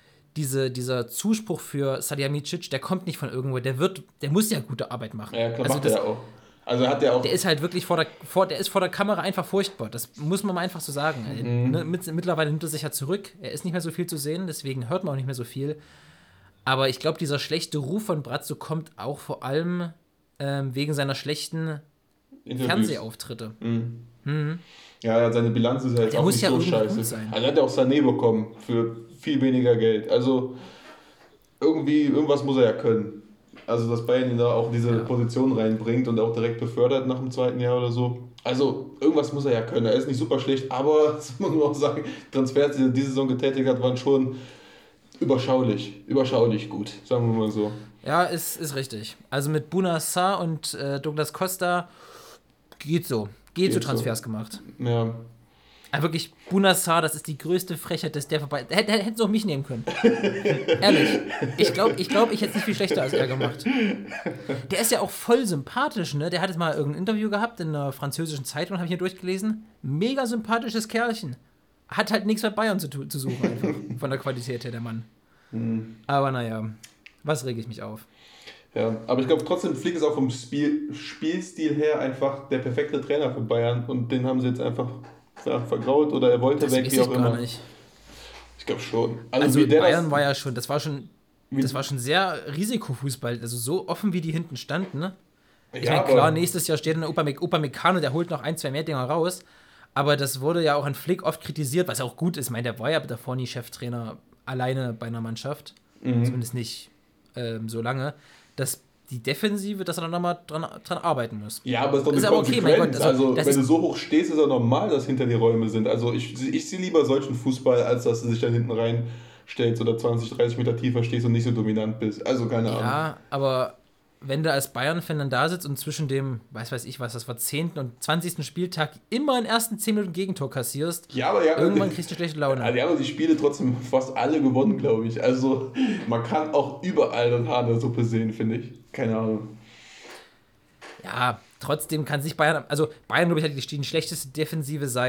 Zuspruch für Salihamidzic, der kommt nicht von irgendwo, der muss ja gute Arbeit machen. Ja, klar, macht er auch. Also hat der auch. Der ist halt wirklich vor der Kamera einfach furchtbar. Das muss man mal einfach so sagen. Mhm. Mittlerweile nimmt er sich ja zurück. Er ist nicht mehr so viel zu sehen, deswegen hört man auch nicht mehr so viel. Aber ich glaube, dieser schlechte Ruf von Brazzo kommt auch vor allem wegen seiner schlechten Fernsehauftritte. Mhm. Mhm. Ja, seine Bilanz ist ja jetzt auch nicht so scheiße. Also er hat ja auch Sané bekommen für viel weniger Geld. Also irgendwas muss er ja können. Also, dass Bayern ihn da auch in diese Position reinbringt und auch direkt befördert nach dem 2. Jahr oder so. Also, irgendwas muss er ja können. Er ist nicht super schlecht, aber, das muss man auch sagen, Transfers, die er diese Saison getätigt hat, waren schon überschaulich gut, sagen wir mal so. Ja, ist richtig. Also mit Bouna Sarr und Douglas Costa geht so Transfers gemacht. Ja. Aber wirklich, Bouna Sarr, das ist die größte Frechheit, dass der vorbei... Hätten sie auch mich nehmen können. Ehrlich. Ich glaube, ich hätte es nicht viel schlechter als er gemacht. Der ist ja auch voll sympathisch, ne? Der hat jetzt mal irgendein Interview gehabt in einer französischen Zeitung, habe ich hier durchgelesen. Mega sympathisches Kerlchen. Hat halt nichts mit Bayern zu suchen, einfach. Von der Qualität her, der Mann. Mhm. Aber naja, was rege ich mich auf? Ja, aber ich glaube trotzdem, Flick ist auch vom Spielstil her einfach der perfekte Trainer für Bayern. Und den haben sie jetzt einfach... vergraut oder er wollte weg, wie auch immer. Nicht. Ich glaube schon. Also Bayern war ja schon, das war schon sehr Risikofußball, also so offen wie die hinten standen, ne? Ich meine, klar, nächstes Jahr steht ein Upamecano, der holt noch 1-2 mehr Dinger raus, aber das wurde ja auch an Flick oft kritisiert, was auch gut ist. Ich meine, der war ja davor nie Cheftrainer alleine bei einer Mannschaft, zumindest nicht so lange, dass die Defensive, dass er dann nochmal dran arbeiten muss. Ja, aber es ist doch eine Konsequenz. Okay, mein Gott, also wenn du so hoch stehst, ist ja normal, dass hinter die Räume sind. Also ich sehe lieber solchen Fußball, als dass du dich dann hinten reinstellst oder 20, 30 Meter tiefer stehst und nicht so dominant bist. Also keine Ahnung. Ja, aber wenn du als Bayern-Fan dann da sitzt und zwischen dem, das war 10. und 20. Spieltag immer in den ersten 10 Minuten Gegentor kassierst, irgendwann kriegst du schlechte Laune. Also die haben die Spiele trotzdem fast alle gewonnen, glaube ich. Also man kann auch überall das Haar in der Suppe sehen, finde ich. Keine Ahnung. Ja, trotzdem kann sich Bayern, glaube ich, hat die schlechteste Defensive seit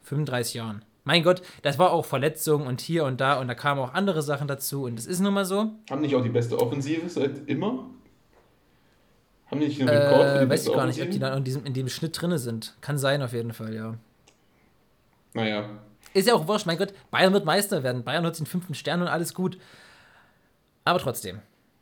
35 Jahren. Mein Gott, das war auch Verletzungen und hier und da kamen auch andere Sachen dazu und es ist nun mal so. Haben nicht auch die beste Offensive seit immer? Haben die nicht einen Rekord für die Weiß beste ich gar nicht, ob Offensive? die da in dem Schnitt drin sind. Kann sein auf jeden Fall, ja. Naja. Ist ja auch wurscht, mein Gott, Bayern wird Meister werden. Bayern hat den 5. Stern und alles gut. Aber trotzdem.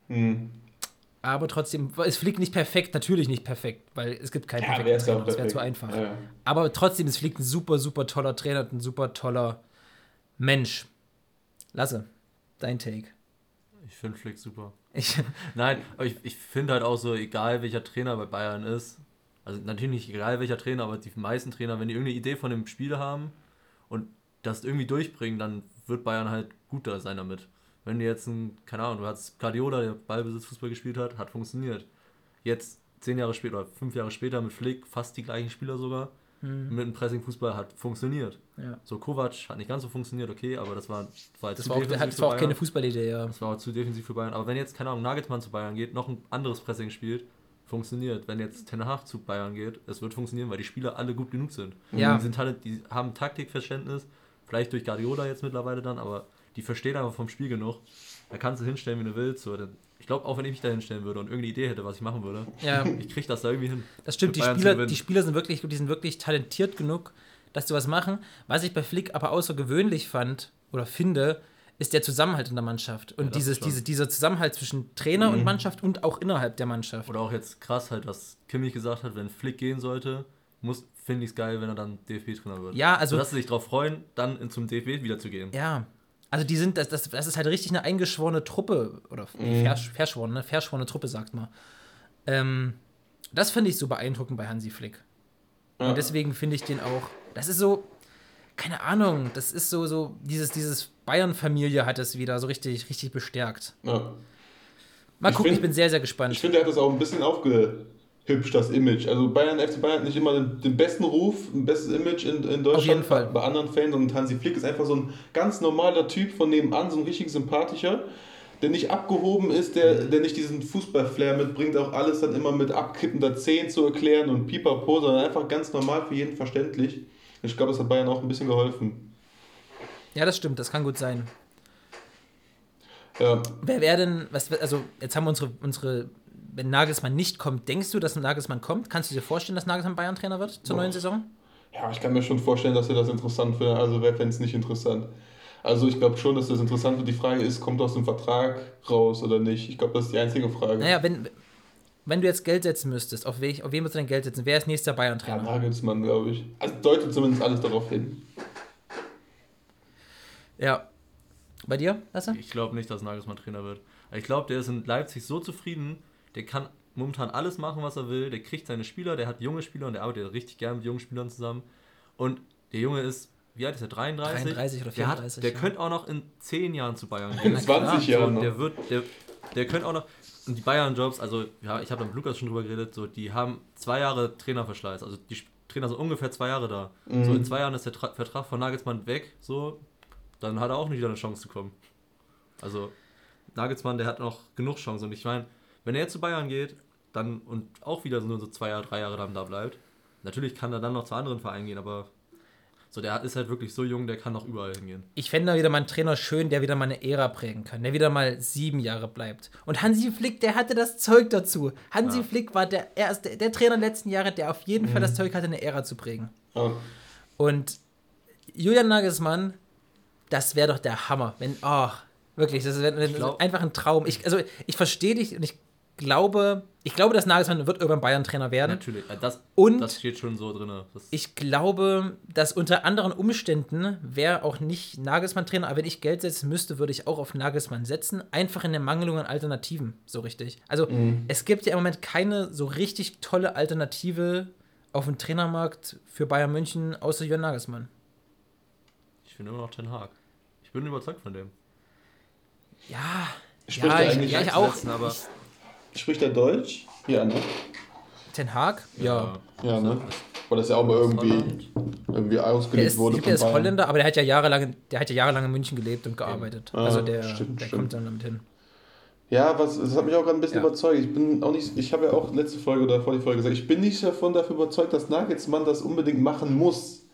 Es fliegt nicht perfekt, natürlich nicht perfekt, weil es gibt keinen perfekten wär's Trainer, auch das wäre perfekt. zu einfach. Ja. Aber trotzdem, es fliegt ein super, super toller Trainer und ein super toller Mensch. Lasse, dein Take. Ich finde Flick super. Nein, aber ich finde halt auch so, egal welcher Trainer bei Bayern ist, also natürlich nicht egal welcher Trainer, aber die meisten Trainer, wenn die irgendeine Idee von dem Spiel haben und das irgendwie durchbringen, dann wird Bayern halt gut da sein damit. Wenn du jetzt keine Ahnung, du hast Guardiola, der Ballbesitzfußball gespielt hat funktioniert. Jetzt 10 Jahre später oder 5 Jahre später mit Flick, fast die gleichen Spieler sogar, mit dem Pressing-Fußball hat funktioniert. Ja. So Kovac hat nicht ganz so funktioniert, okay, aber das war Das war auch keine Fußballidee, ja. Das war auch zu defensiv für Bayern. Aber wenn jetzt, keine Ahnung, Nagelsmann zu Bayern geht, noch ein anderes Pressing spielt, funktioniert. Wenn jetzt Ten Hag zu Bayern geht, es wird funktionieren, weil die Spieler alle gut genug sind. Ja. Die haben Taktikverständnis, vielleicht durch Guardiola jetzt mittlerweile dann, aber die verstehen einfach vom Spiel genug. Da kannst du hinstellen, wie du willst. So, ich glaube, auch wenn ich mich da hinstellen würde und irgendeine Idee hätte, was ich machen würde, ich kriege das da irgendwie hin. Das stimmt, die Spieler sind wirklich talentiert genug, dass sie was machen. Was ich bei Flick aber außergewöhnlich fand oder finde, ist der Zusammenhalt in der Mannschaft. Und dieser Zusammenhalt zwischen Trainer und Mannschaft und auch innerhalb der Mannschaft. Oder auch jetzt krass halt, was Kimmich gesagt hat, wenn Flick gehen sollte, finde ich es geil, wenn er dann DFB-Trainer wird. Ja, also... Dass sie sich darauf freuen, dann zum DFB wieder zu gehen. Ja, also das ist halt richtig eine eingeschworene Truppe, oder verschworene Truppe, sagt man. Das finde ich so beeindruckend bei Hansi Flick. Ja. Und deswegen finde ich den auch, das ist so, keine Ahnung, das ist so dieses Bayern-Familie hat es wieder so richtig, richtig bestärkt. Ja. Mal gucken, ich bin sehr, sehr gespannt. Ich finde, er hat das auch ein bisschen aufgehübscht, das Image. Also FC Bayern hat nicht immer den besten Ruf, ein bestes Image in Deutschland. Auf jeden Fall. Bei anderen Fans. Und Hansi Flick ist einfach so ein ganz normaler Typ von nebenan, so ein richtig sympathischer, der nicht abgehoben ist, der nicht diesen Fußball-Flair mitbringt, auch alles dann immer mit abkippender Zehen zu erklären und pipapo, sondern einfach ganz normal für jeden verständlich. Ich glaube, das hat Bayern auch ein bisschen geholfen. Ja, das stimmt, das kann gut sein. Ja. Wer wäre denn, also jetzt haben wir unsere, wenn Nagelsmann nicht kommt, denkst du, dass Nagelsmann kommt? Kannst du dir vorstellen, dass Nagelsmann Bayern-Trainer wird zur neuen Saison? Ja, ich kann mir schon vorstellen, dass er das interessant findet. Also wer fände es nicht interessant? Also ich glaube schon, dass das interessant wird. Die Frage ist, kommt aus dem Vertrag raus oder nicht? Ich glaube, das ist die einzige Frage. Naja, wenn du jetzt Geld setzen müsstest, auf wen würdest du dein Geld setzen? Wer ist nächster Bayern-Trainer? Ja, Nagelsmann, glaube ich. Also deutet zumindest alles darauf hin. Ja. Bei dir, Lasse? Ich glaube nicht, dass Nagelsmann Trainer wird. Ich glaube, der ist in Leipzig so zufrieden, der kann momentan alles machen, was er will. Der kriegt seine Spieler, der hat junge Spieler und der arbeitet richtig gern mit jungen Spielern zusammen. Und der Junge ist, wie alt ist er? 33? 33 oder 34. Der könnte auch noch in 10 Jahren zu Bayern gehen. In 20 Jahren noch. Der könnte auch noch, und die Bayern-Jobs, also ja, ich habe da mit Lukas schon drüber geredet, so, die haben 2 Jahre Trainerverschleiß. Also die Trainer sind ungefähr 2 Jahre da. So in 2 Jahren ist der Vertrag von Nagelsmann weg, so, dann hat er auch nicht wieder eine Chance zu kommen. Also Nagelsmann, der hat noch genug Chancen. Und ich meine, wenn er jetzt zu Bayern geht, dann und auch wieder nur so 2 Jahre, 3 Jahre dann da bleibt, natürlich kann er dann noch zu anderen Vereinen gehen, aber so, der ist halt wirklich so jung, der kann noch überall hingehen. Ich fände da wieder mal einen Trainer schön, der wieder mal eine Ära prägen kann, der wieder mal 7 Jahre bleibt. Und Hansi Flick, der hatte das Zeug dazu. Hansi Flick war der Trainer der letzten Jahre, der auf jeden Fall das Zeug hatte, eine Ära zu prägen. Oh. Und Julian Nagelsmann, das wäre doch der Hammer. Wirklich, das wäre einfach ein Traum. Ich verstehe dich und ich glaube, dass Nagelsmann wird irgendwann Bayern-Trainer werden. Natürlich, das steht schon so drin. Ich glaube, dass unter anderen Umständen wäre auch nicht Nagelsmann-Trainer, aber wenn ich Geld setzen müsste, würde ich auch auf Nagelsmann setzen. Einfach in der Mangelung an Alternativen, so richtig. Also es gibt ja im Moment keine so richtig tolle Alternative auf dem Trainermarkt für Bayern München, außer Jürgen Nagelsmann. Ich finde immer noch Ten Hag. Ich bin überzeugt von dem. Ja, ich auch. Spricht er Deutsch? Ja, ne? Ten Hag? Ja. Ja, ne? Weil das ja auch mal irgendwie ausgelegt wurde. Der ist Holländer, aber der hat ja jahrelang in München gelebt und gearbeitet. Also der kommt dann damit hin. Ja, das hat mich auch gerade ein bisschen überzeugt. Ich habe ja auch letzte Folge oder vor die Folge gesagt, ich bin nicht dafür überzeugt, dass Nagelsmann das unbedingt machen muss.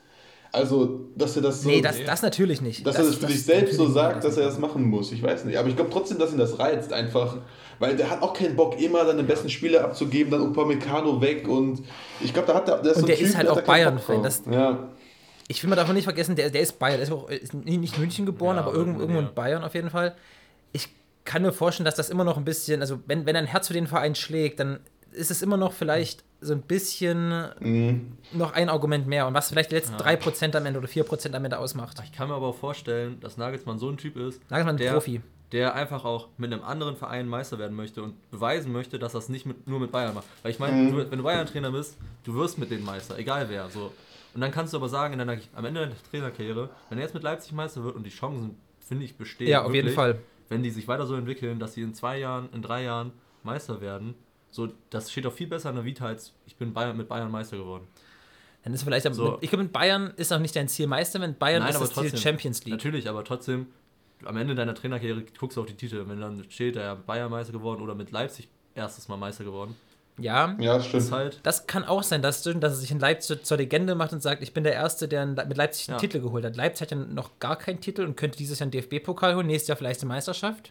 Also, dass er das so... Nee, das natürlich nicht. Dass er das für sich selbst so natürlich sagt, nicht. dass er das machen muss. Ich weiß nicht. Aber ich glaube trotzdem, dass ihn das reizt einfach. Weil der hat auch keinen Bock, immer seine besten Spieler abzugeben, dann Upamecano weg. Und ich glaube, der ist so Und ein der ist halt der auch hat da keinen Bock Bayern-Fan. drauf. Ja. Ich will man davon nicht vergessen, der ist Bayern. Der ist auch ist nicht München geboren, Ja, aber aber irgendwo ja. in Bayern auf jeden Fall. Ich kann mir vorstellen, dass das immer noch ein bisschen, also wenn ein Herz für den Verein schlägt, dann ist es immer noch vielleicht so ein bisschen noch ein Argument mehr. Und was vielleicht die letzten 3% am Ende oder 4% am Ende ausmacht. Ich kann mir aber auch vorstellen, dass Nagelsmann so ein Typ ist, Nagelsmann ist ein Profi. der einfach auch mit einem anderen Verein Meister werden möchte und beweisen möchte, dass das nicht nur mit Bayern macht. Weil ich meine, wenn du Bayern-Trainer bist, du wirst mit denen Meister, egal wer. So. Und dann kannst du aber sagen, am Ende deiner Trainerkarriere, wenn er jetzt mit Leipzig Meister wird und die Chancen, finde ich, bestehen, Ja, auf jeden Fall. wenn die sich weiter so entwickeln, dass sie in 2 Jahren, in 3 Jahren Meister werden, so, das steht auch viel besser in der Vita, als ich bin mit Bayern Meister geworden. Dann ist vielleicht, So. ich glaube, mit Bayern ist auch nicht dein Ziel Meister, wenn Bayern Nein, ist aber das Ziel trotzdem. Champions League. Natürlich, aber trotzdem, am Ende deiner Trainerkarriere guckst du auf die Titel. Wenn dann steht, der Bayern Meister geworden oder mit Leipzig erstes Mal Meister geworden. Ja, Ja, das Das stimmt. ist halt, das kann auch sein, dass er sich in Leipzig zur Legende macht und sagt, ich bin der Erste, der mit Leipzig einen Ja. Titel geholt hat. Leipzig hat ja noch gar keinen Titel und könnte dieses Jahr einen DFB-Pokal holen, nächstes Jahr vielleicht eine Meisterschaft.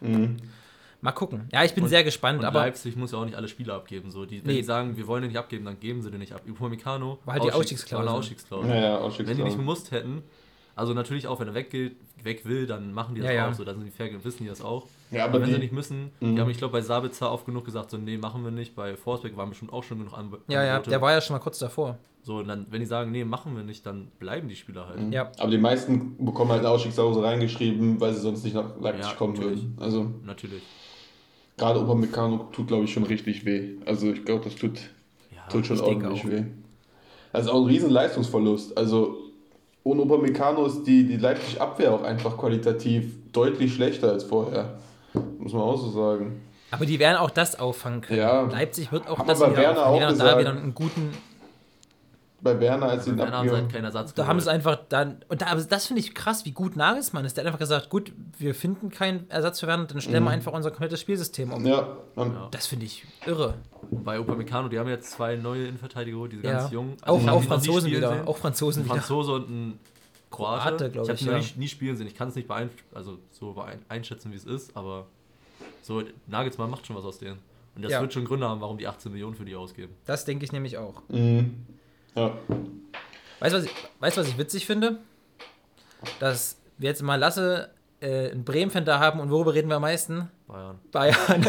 Mal gucken. Ja, ich bin sehr gespannt, und aber Leipzig muss ja auch nicht alle Spieler abgeben. So. Wenn die sagen, wir wollen den nicht abgeben, dann geben sie den nicht ab. Upamecano War halt die Ausstiegsklausel. war eine Ausstiegsklausel. Ja, Wenn die nicht Ausstiegsklausel. gemusst hätten, also natürlich auch, wenn er weg will, dann machen die das Ja, ja. auch so. Dann sind die fair, wissen die das auch. Ja, aber aber wenn sie die, nicht müssen, die haben, ich glaube, bei Sabitzer oft genug gesagt, so, nee, machen wir nicht. Bei Forsberg waren bestimmt auch schon genug ja, Angebote. der war ja schon mal kurz davor. So, und dann, wenn die sagen, nee, machen wir nicht, dann bleiben die Spieler halt. Ja. aber die meisten bekommen halt eine Ausstiegsklausel reingeschrieben, weil sie sonst nicht nach Leipzig Ja, kommen natürlich. würden. Also Natürlich. gerade Upamecano tut, glaube ich, schon richtig weh. Also ich glaube, das tut schon ich denke ordentlich auch. weh. Das ist auch ein riesen Leistungsverlust. Also ohne Upamecano ist die Leipzig-Abwehr auch einfach qualitativ deutlich schlechter als vorher. Muss man auch so sagen. Aber die werden auch das auffangen können. Ja. Leipzig wird auch Haben das wir bei wieder Werner auffangen. Die auch werden da gesagt. wieder einen guten. Bei Werner, als sie ihn Dann haben sie halt abgeben. keinen Ersatz Da haben geholt. sie einfach dann. Und da, aber das finde ich krass, wie gut Nagelsmann ist. Der hat einfach gesagt: Gut, wir finden keinen Ersatz für Werner, dann stellen wir einfach unser komplettes Spielsystem um. Ja, Das finde ich irre. Und bei Upamecano, die haben jetzt 2 neue Innenverteidiger geholt, diese ganz jungen. Auch, ich hab auch die noch nie Franzosen spielen wieder. sehen. Auch Franzosen Ein wieder. Franzose und ein Kroate. Kroate, glaub ich habe ich, die noch ja. nie spielen sehen. Ich kann es nicht einschätzen, wie es ist, aber so, Nagelsmann macht schon was aus denen. Und das Ja. wird schon Gründe haben, warum die 18 Millionen für die ausgeben. Das denke ich nämlich auch. ja. Weißt du, was ich witzig finde? Dass wir jetzt mal Lasse einen Bremen-Fan da haben und worüber reden wir am meisten? Bayern. Bayern.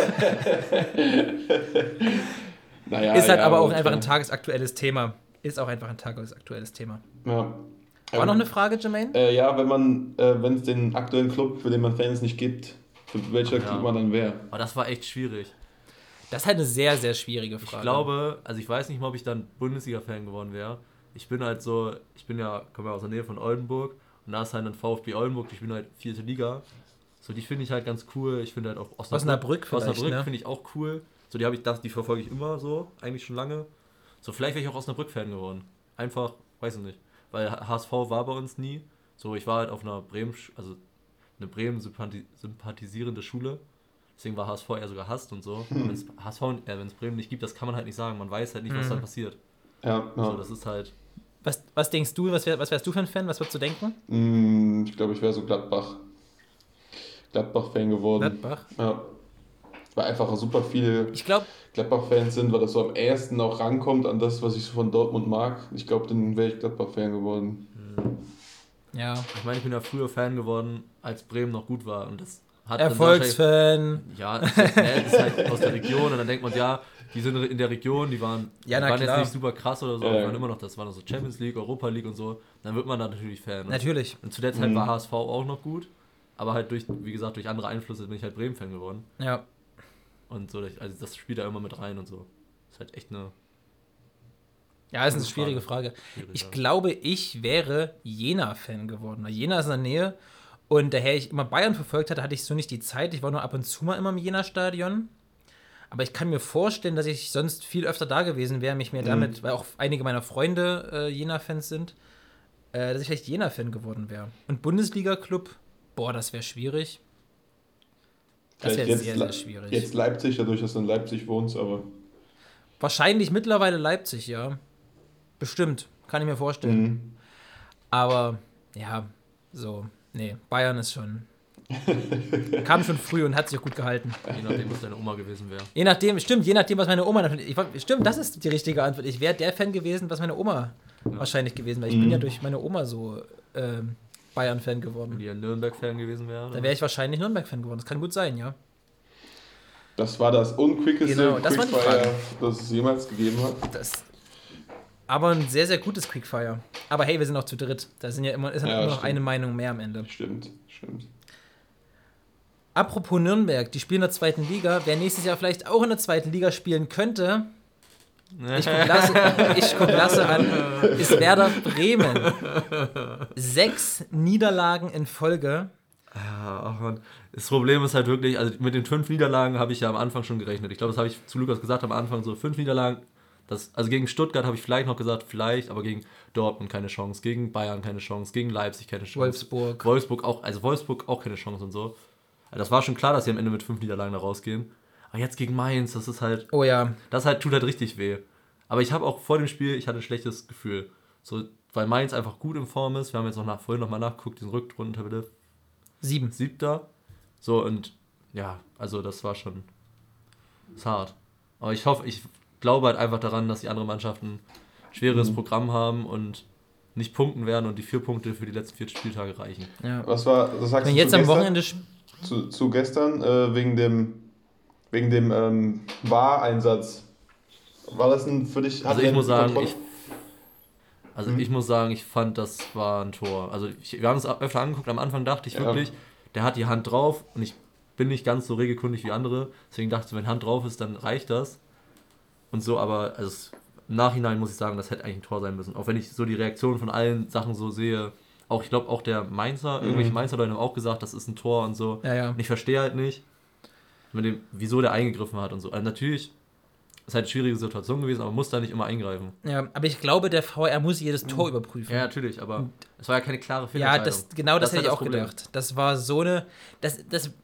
Naja, Ist halt ja, aber auch okay. einfach ein tagesaktuelles Thema. Ist auch einfach ein tagesaktuelles Thema. Ja. War noch eine Frage, Jermaine? Ja, wenn es den aktuellen Club, für den man Fan ist, nicht gibt, für welcher Ja. Club man dann wäre. Aber das war echt schwierig. Das ist halt eine sehr, sehr schwierige Frage. Ich glaube, also ich weiß nicht mal, ob ich dann Bundesliga-Fan geworden wäre. Ich komme ja aus der Nähe von Oldenburg und da ist halt ein VfB Oldenburg, ich bin halt 4. Liga. So, die finde ich halt ganz cool. Ich finde halt auch Osnabrück vielleicht, Osnabrück ne? finde ich auch cool. So, die verfolge ich immer so, eigentlich schon lange. So, vielleicht wäre ich auch Osnabrück-Fan geworden. Einfach, weiß ich nicht. Weil HSV war bei uns nie. So, ich war halt auf einer eine Bremen sympathisierende Schule. Deswegen war HSV eher so gehasst und so. Wenn es Bremen nicht gibt, das kann man halt nicht sagen. Man weiß halt nicht, was dann passiert. Ja, So, das ist halt. Was denkst du, was wärst du für ein Fan? Was würdest du denken? Ich glaube, ich wäre so Gladbach-Fan geworden. Gladbach? Ja. Weil einfach super viele Ich glaube, Gladbach-Fans sind, weil das so am ehesten auch rankommt an das, was ich so von Dortmund mag. Ich glaube, dann wäre ich Gladbach-Fan geworden. ja. Ich meine, ich bin ja früher Fan geworden, als Bremen noch gut war. Und das hat Erfolgsfan. Ja, das ist halt aus der Region. Und dann denkt man, ja, die sind in der Region, die waren Ja, na jetzt klar. nicht super krass oder so, die waren immer noch, das war noch so Champions League, Europa League und so. Dann wird man da natürlich Fan. Natürlich. Und zu der Zeit war HSV auch noch gut. Aber halt wie gesagt, durch andere Einflüsse bin ich halt Bremen-Fan geworden. Ja. Und so, also das spielt da immer mit rein und so. Ist halt echt eine Ja, ist eine schwierige Frage. Ich glaube, ich wäre Jena-Fan geworden. Weil Jena ist in der Nähe. Und daher ich immer Bayern verfolgt hatte, hatte ich so nicht die Zeit. Ich war nur ab und zu mal immer im Jena-Stadion. Aber ich kann mir vorstellen, dass ich sonst viel öfter da gewesen wäre, mich mehr damit, weil auch einige meiner Freunde Jena-Fans sind, dass ich vielleicht Jena-Fan geworden wäre. Und Bundesliga-Club, boah, das wäre schwierig. Das wäre Vielleicht sehr, sehr schwierig. Jetzt Leipzig, dadurch, dass du in Leipzig wohnst, aber. Wahrscheinlich mittlerweile Leipzig, ja. Bestimmt, kann ich mir vorstellen. Aber, ja, so, nee, Bayern ist schon, kam schon früh und hat sich auch gut gehalten. Je nachdem, was deine Oma gewesen wäre. Je nachdem, was meine Oma, stimmt, das ist die richtige Antwort. Ich wäre der Fan gewesen, was meine Oma wahrscheinlich gewesen wäre. Ich bin ja durch meine Oma so Bayern-Fan geworden. Wenn die ein Nürnberg-Fan gewesen wäre. Dann wäre ich wahrscheinlich Nürnberg-Fan geworden. Das kann gut sein, ja. Das war das unquickeste Genau, das war die Quickfire, Frage. das es jemals gegeben hat. Aber ein sehr, sehr gutes Quickfire. Aber hey, wir sind noch zu dritt. Da ist ja immer noch eine Meinung mehr am Ende. Stimmt. Apropos Nürnberg, die spielen in der 2. Liga. Wer nächstes Jahr vielleicht auch in der 2. Liga spielen könnte, ich guck Lasse an, ist Werder Bremen. 6 Niederlagen in Folge. Ja, ach Mann. Das Problem ist halt wirklich, also mit den 5 Niederlagen habe ich ja am Anfang schon gerechnet. Ich glaube, das habe ich zu Lukas gesagt am Anfang, so 5 Niederlagen. Also gegen Stuttgart habe ich vielleicht noch gesagt, aber gegen Dortmund keine Chance, gegen Bayern keine Chance, gegen Leipzig keine Chance. Wolfsburg auch keine Chance und so. Also das war schon klar, dass sie am Ende mit 5 Niederlagen da rausgehen. Aber jetzt gegen Mainz, das ist halt, oh ja, tut halt richtig weh. Aber ich habe auch vor dem Spiel, ich hatte ein schlechtes Gefühl. So, weil Mainz einfach gut in Form ist. Wir haben jetzt vorhin noch mal nachgeguckt, diesen Rückrundentabelle. 7. So, und ja, also das war schon hart. Aber ich glaube halt einfach daran, dass die anderen Mannschaften ein schweres Programm haben und nicht punkten werden und die 4 Punkte für die letzten 4 Spieltage reichen. Ja. Was sagst wenn du jetzt am Wochenende zu gestern wegen dem VAR-Einsatz? War das für dich? Also ich muss sagen, ich fand, das war ein Tor. Also wir haben es öfter angeguckt, am Anfang dachte ich wirklich, der hat die Hand drauf und ich bin nicht ganz so regelkundig wie andere, deswegen dachte ich, wenn Hand drauf ist, dann reicht das. Und so, aber also im Nachhinein muss ich sagen, das hätte eigentlich ein Tor sein müssen. Auch wenn ich so die Reaktion von allen Sachen so sehe, auch ich glaube auch der Mainzer, irgendwelche Mainzer-Leute haben auch gesagt, das ist ein Tor und so. Ja. Und ich verstehe halt nicht, wieso der eingegriffen hat und so. Also natürlich ist halt eine schwierige Situation gewesen, aber man muss da nicht immer eingreifen. Ja, aber ich glaube, der VR muss jedes Tor überprüfen. Ja, natürlich, aber es war ja keine klare Fehlentscheidung. Ja, das hätte ich auch gedacht. Das war so eine, das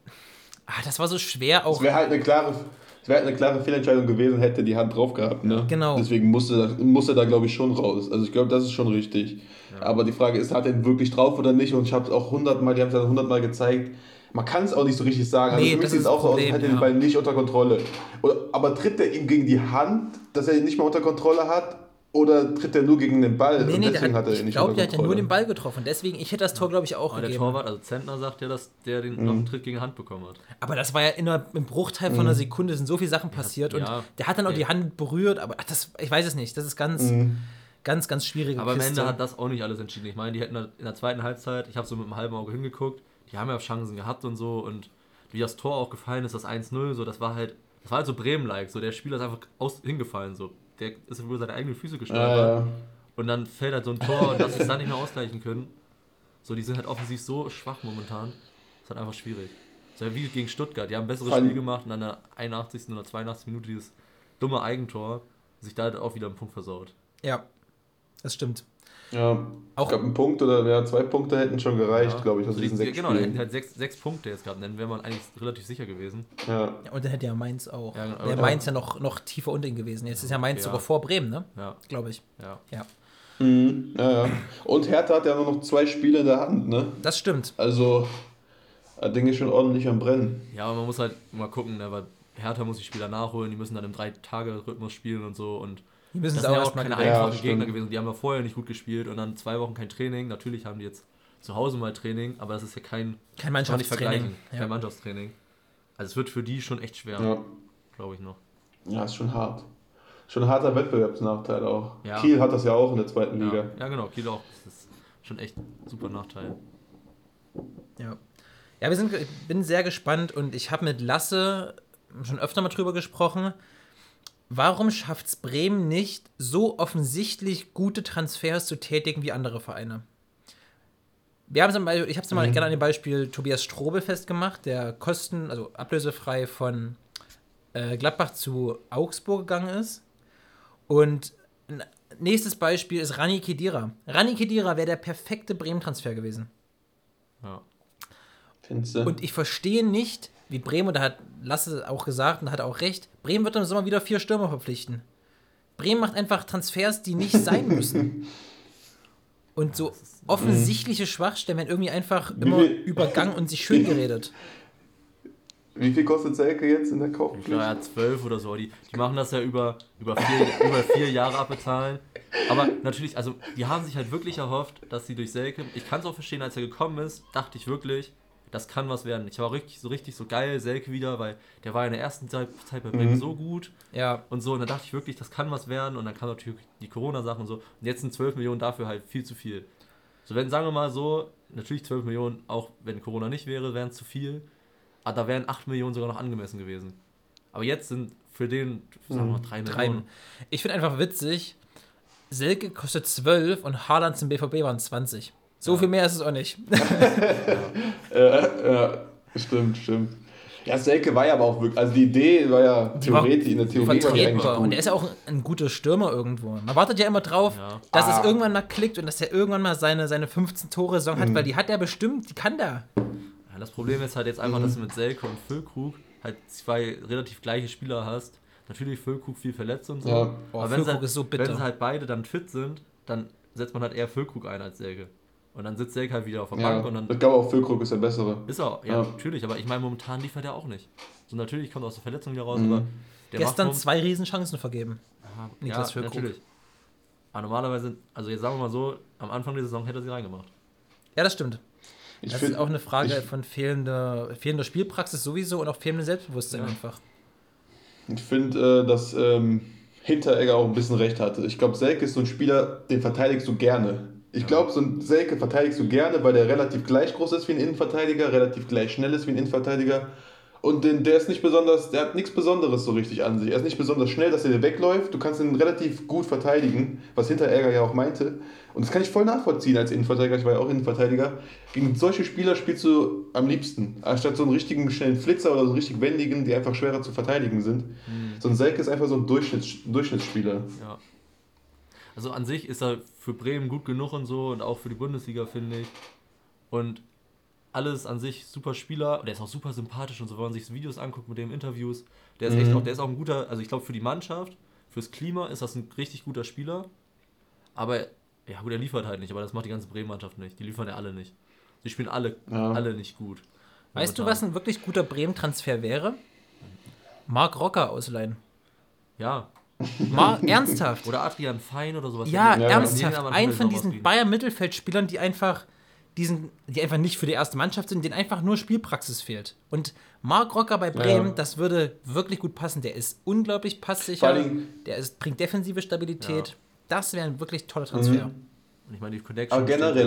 war so schwer auch. Es wäre halt eine klare Fehlentscheidung gewesen, hätte die Hand drauf gehabt, ne? Genau. Deswegen musste da, glaube ich, schon raus. Also ich glaube, das ist schon richtig. Ja. Aber die Frage ist, hat er ihn wirklich drauf oder nicht? Und ich habe es auch 100 Mal gezeigt. Man kann es auch nicht so richtig sagen. Nee, also für mich sieht es auch so aus, als hätte er den Ball nicht unter Kontrolle. Aber tritt er ihm gegen die Hand, dass er ihn nicht mehr unter Kontrolle hat? Oder tritt er nur gegen den Ball? Nee, ich glaube, der hat ja nur den Ball getroffen. Deswegen, ich hätte das Tor, glaube ich, auch gegeben. Der Torwart, also Zentner sagt ja, dass der noch einen Tritt gegen die Hand bekommen hat. Aber das war ja im Bruchteil von einer Sekunde, sind so viele Sachen passiert. Und der hat dann auch die Hand berührt. Aber ich weiß es nicht. Das ist ganz schwierig. Aber am Ende hat das auch nicht alles entschieden. Ich meine, die hätten in der zweiten Halbzeit, ich habe so mit einem halben Auge hingeguckt, die haben ja Chancen gehabt und so. Und wie das Tor auch gefallen ist, das 1-0, so, das war halt so Bremen-like. So, der Spieler ist einfach hingefallen. So. Der ist über seine eigenen Füße gestolpert. Und dann fällt halt so ein Tor und dass sie es dann nicht mehr ausgleichen können. So, die sind halt offensiv so schwach momentan. Das ist halt einfach schwierig. So wie gegen Stuttgart. Die haben ein besseres Spiel gemacht und an der 81. oder 82. Minute dieses dumme Eigentor sich da halt auch wieder einen Punkt versaut. Ja, das stimmt. Ja, ich glaube, ein Punkt oder 2 Punkte hätten schon gereicht, glaube ich, aus diesen 6 Spielen. Genau, der hätten halt 6 Punkte jetzt gehabt, dann wäre man eigentlich relativ sicher gewesen. Ja. Und dann hätte ja Mainz auch. Ja, der Mainz ja noch tiefer unten gewesen. Jetzt ist ja Mainz sogar vor Bremen, ne? Ja. Glaube ich. Ja. Ja. Und Hertha hat ja nur noch 2 Spiele in der Hand, ne? Das stimmt. Also, das Ding ist schon ordentlich am Brennen. Ja, aber man muss halt mal gucken, ne, weil Hertha muss die Spieler nachholen, die müssen dann im 3-Tage-Rhythmus spielen und so und die müssen das es sind auch ja auch keine einfachen Gegner gewesen. Die haben ja vorher nicht gut gespielt und dann 2 Wochen kein Training. Natürlich haben die jetzt zu Hause mal Training, aber das ist ja kein Mannschaftstraining. Kein Mannschaftstraining. Also es wird für die schon echt schwer, glaube ich noch. Ja, ist schon hart. Schon ein harter Wettbewerbsnachteil auch. Ja. Kiel hat das ja auch in der 2. Liga. Ja, genau, Kiel auch. Das ist schon echt ein super Nachteil. Ja, ich bin sehr gespannt und ich habe mit Lasse schon öfter mal drüber gesprochen. Warum schafft es Bremen nicht, so offensichtlich gute Transfers zu tätigen wie andere Vereine? Ich habe es mal gerne an dem Beispiel Tobias Strobel festgemacht, der ablösefrei von Gladbach zu Augsburg gegangen ist. Und nächstes Beispiel ist Rani Khedira. Rani Khedira wäre der perfekte Bremen-Transfer gewesen. Ja. Findest du? Und ich verstehe nicht, wie Bremen, und da hat Lasse auch gesagt und hat auch recht, Bremen wird im Sommer wieder 4 Stürmer verpflichten. Bremen macht einfach Transfers, die nicht sein müssen. Und so offensichtliche Schwachstellen werden irgendwie einfach immer übergangen und sich schön geredet. Wie viel kostet Selke jetzt in der Ich Kaufpflicht? glaube, er hat 12 oder so. Die machen das ja über 4 Jahre abbezahlen. Aber natürlich, also die haben sich halt wirklich erhofft, dass sie durch Selke, ich kann es auch verstehen, als er gekommen ist, dachte ich wirklich, das kann was werden. Ich war richtig so geil, Selke wieder, weil der war in der ersten Zeit bei Bremen so gut. Ja. Und so, und dann dachte ich wirklich, das kann was werden. Und dann kam natürlich die Corona-Sachen und so. Und jetzt sind 12 Millionen dafür halt viel zu viel. So, wenn, sagen wir mal so, natürlich 12 Millionen, auch wenn Corona nicht wäre, wären es zu viel. Aber da wären 8 Millionen sogar noch angemessen gewesen. Aber jetzt sind für den, sagen wir mal, 3 Millionen. Ich finde einfach witzig, Selke kostet 12 und Haaland zum BVB waren 20. So viel mehr ist es auch nicht. Stimmt. Ja, Selke war ja aber auch wirklich, also die Idee war ja theoretisch, in der Theorie war die eigentlich gut. Und er ist ja auch ein guter Stürmer irgendwo. Man wartet ja immer drauf, dass es irgendwann mal klickt und dass er irgendwann mal seine 15-Tore-Saison hat, weil die hat er bestimmt, die kann der. Ja, das Problem ist halt jetzt einfach, dass du mit Selke und Füllkrug halt 2 relativ gleiche Spieler hast. Natürlich Füllkrug viel verletzt und so. Ja. Aber Füllkrug ist so bitter. wenn sie halt beide dann fit sind, dann setzt man halt eher Füllkrug ein als Selke. Und dann sitzt Selke halt wieder auf der Bank und dann. Ich glaube auch Füllkrug ist der bessere. Ist er, ja, natürlich, aber ich meine, momentan liefert er auch nicht. So, natürlich kommt er aus der Verletzung wieder raus, aber der gestern 2 Riesenchancen vergeben. Niklas Füllkrug. Natürlich. Aber normalerweise, also jetzt sagen wir mal so, am Anfang der Saison hätte er sie reingemacht. Ja, das stimmt. Das ist auch eine Frage von fehlender Spielpraxis sowieso und auch fehlendem Selbstbewusstsein einfach. Ich finde, dass Hinteregger auch ein bisschen recht hatte. Ich glaube, Selke ist so ein Spieler, den verteidigst du gerne. Ich glaube, so einen Selke verteidigst du gerne, weil der relativ gleich groß ist wie ein Innenverteidiger, relativ gleich schnell ist wie ein Innenverteidiger. Und der ist nicht besonders, der hat nichts Besonderes so richtig an sich. Er ist nicht besonders schnell, dass er dir wegläuft. Du kannst ihn relativ gut verteidigen, was Hinteregger ja auch meinte. Und das kann ich voll nachvollziehen als Innenverteidiger. Ich war ja auch Innenverteidiger. Gegen solche Spieler spielst du am liebsten. Anstatt so einen richtigen schnellen Flitzer oder so einen richtig wendigen, die einfach schwerer zu verteidigen sind. So ein Selke ist einfach so ein Durchschnittsspieler. Ja. Also an sich ist er für Bremen gut genug und so und auch für die Bundesliga, finde ich. Und alles an sich super Spieler. Der ist auch super sympathisch und so, wenn man sich Videos anguckt mit dem Interviews. Der ist echt auch, der ist auch ein guter, also ich glaube für die Mannschaft, fürs Klima ist das ein richtig guter Spieler. Aber, ja gut, er liefert halt nicht, aber das macht die ganze Bremen-Mannschaft nicht. Die liefern ja alle nicht. Sie spielen alle nicht gut. Weißt du, was ein wirklich guter Bremen-Transfer wäre? Marc Rocker ausleihen. Ja. Ernsthaft. Oder Adrian Fein oder sowas. Ja, ernsthaft. Ein von diesen Bayern-Mittelfeldspielern, die einfach nicht für die erste Mannschaft sind, denen einfach nur Spielpraxis fehlt. Und Marc Rocker bei Bremen, das würde wirklich gut passen. Der ist unglaublich passsicher, bringt defensive Stabilität. Ja. Das wäre ein wirklich toller Transfer. Und ich meine, die Connection. Aber generell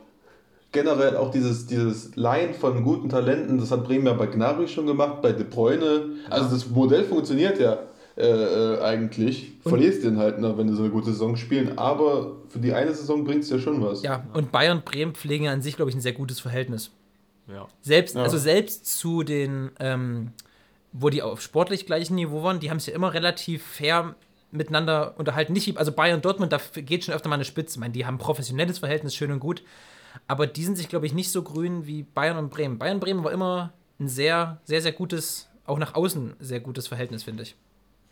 auch dieses Leihen von guten Talenten, das hat Bremen ja bei Gnabry schon gemacht, bei De Bruyne. Also das Modell funktioniert ja eigentlich. Verlierst den halt, wenn du so eine gute Saison spielen, aber für die eine Saison bringt es ja schon was. Ja, und Bayern und Bremen pflegen an sich, glaube ich, ein sehr gutes Verhältnis. Ja. Selbst zu den, wo die auf sportlich gleichen Niveau waren, die haben es ja immer relativ fair miteinander unterhalten. Nicht wie, also Bayern und Dortmund, da geht schon öfter mal eine Spitze. Ich meine, die haben ein professionelles Verhältnis, schön und gut, aber die sind sich, glaube ich, nicht so grün wie Bayern und Bremen. Bayern und Bremen war immer ein sehr, sehr, sehr gutes, auch nach außen sehr gutes Verhältnis, finde ich.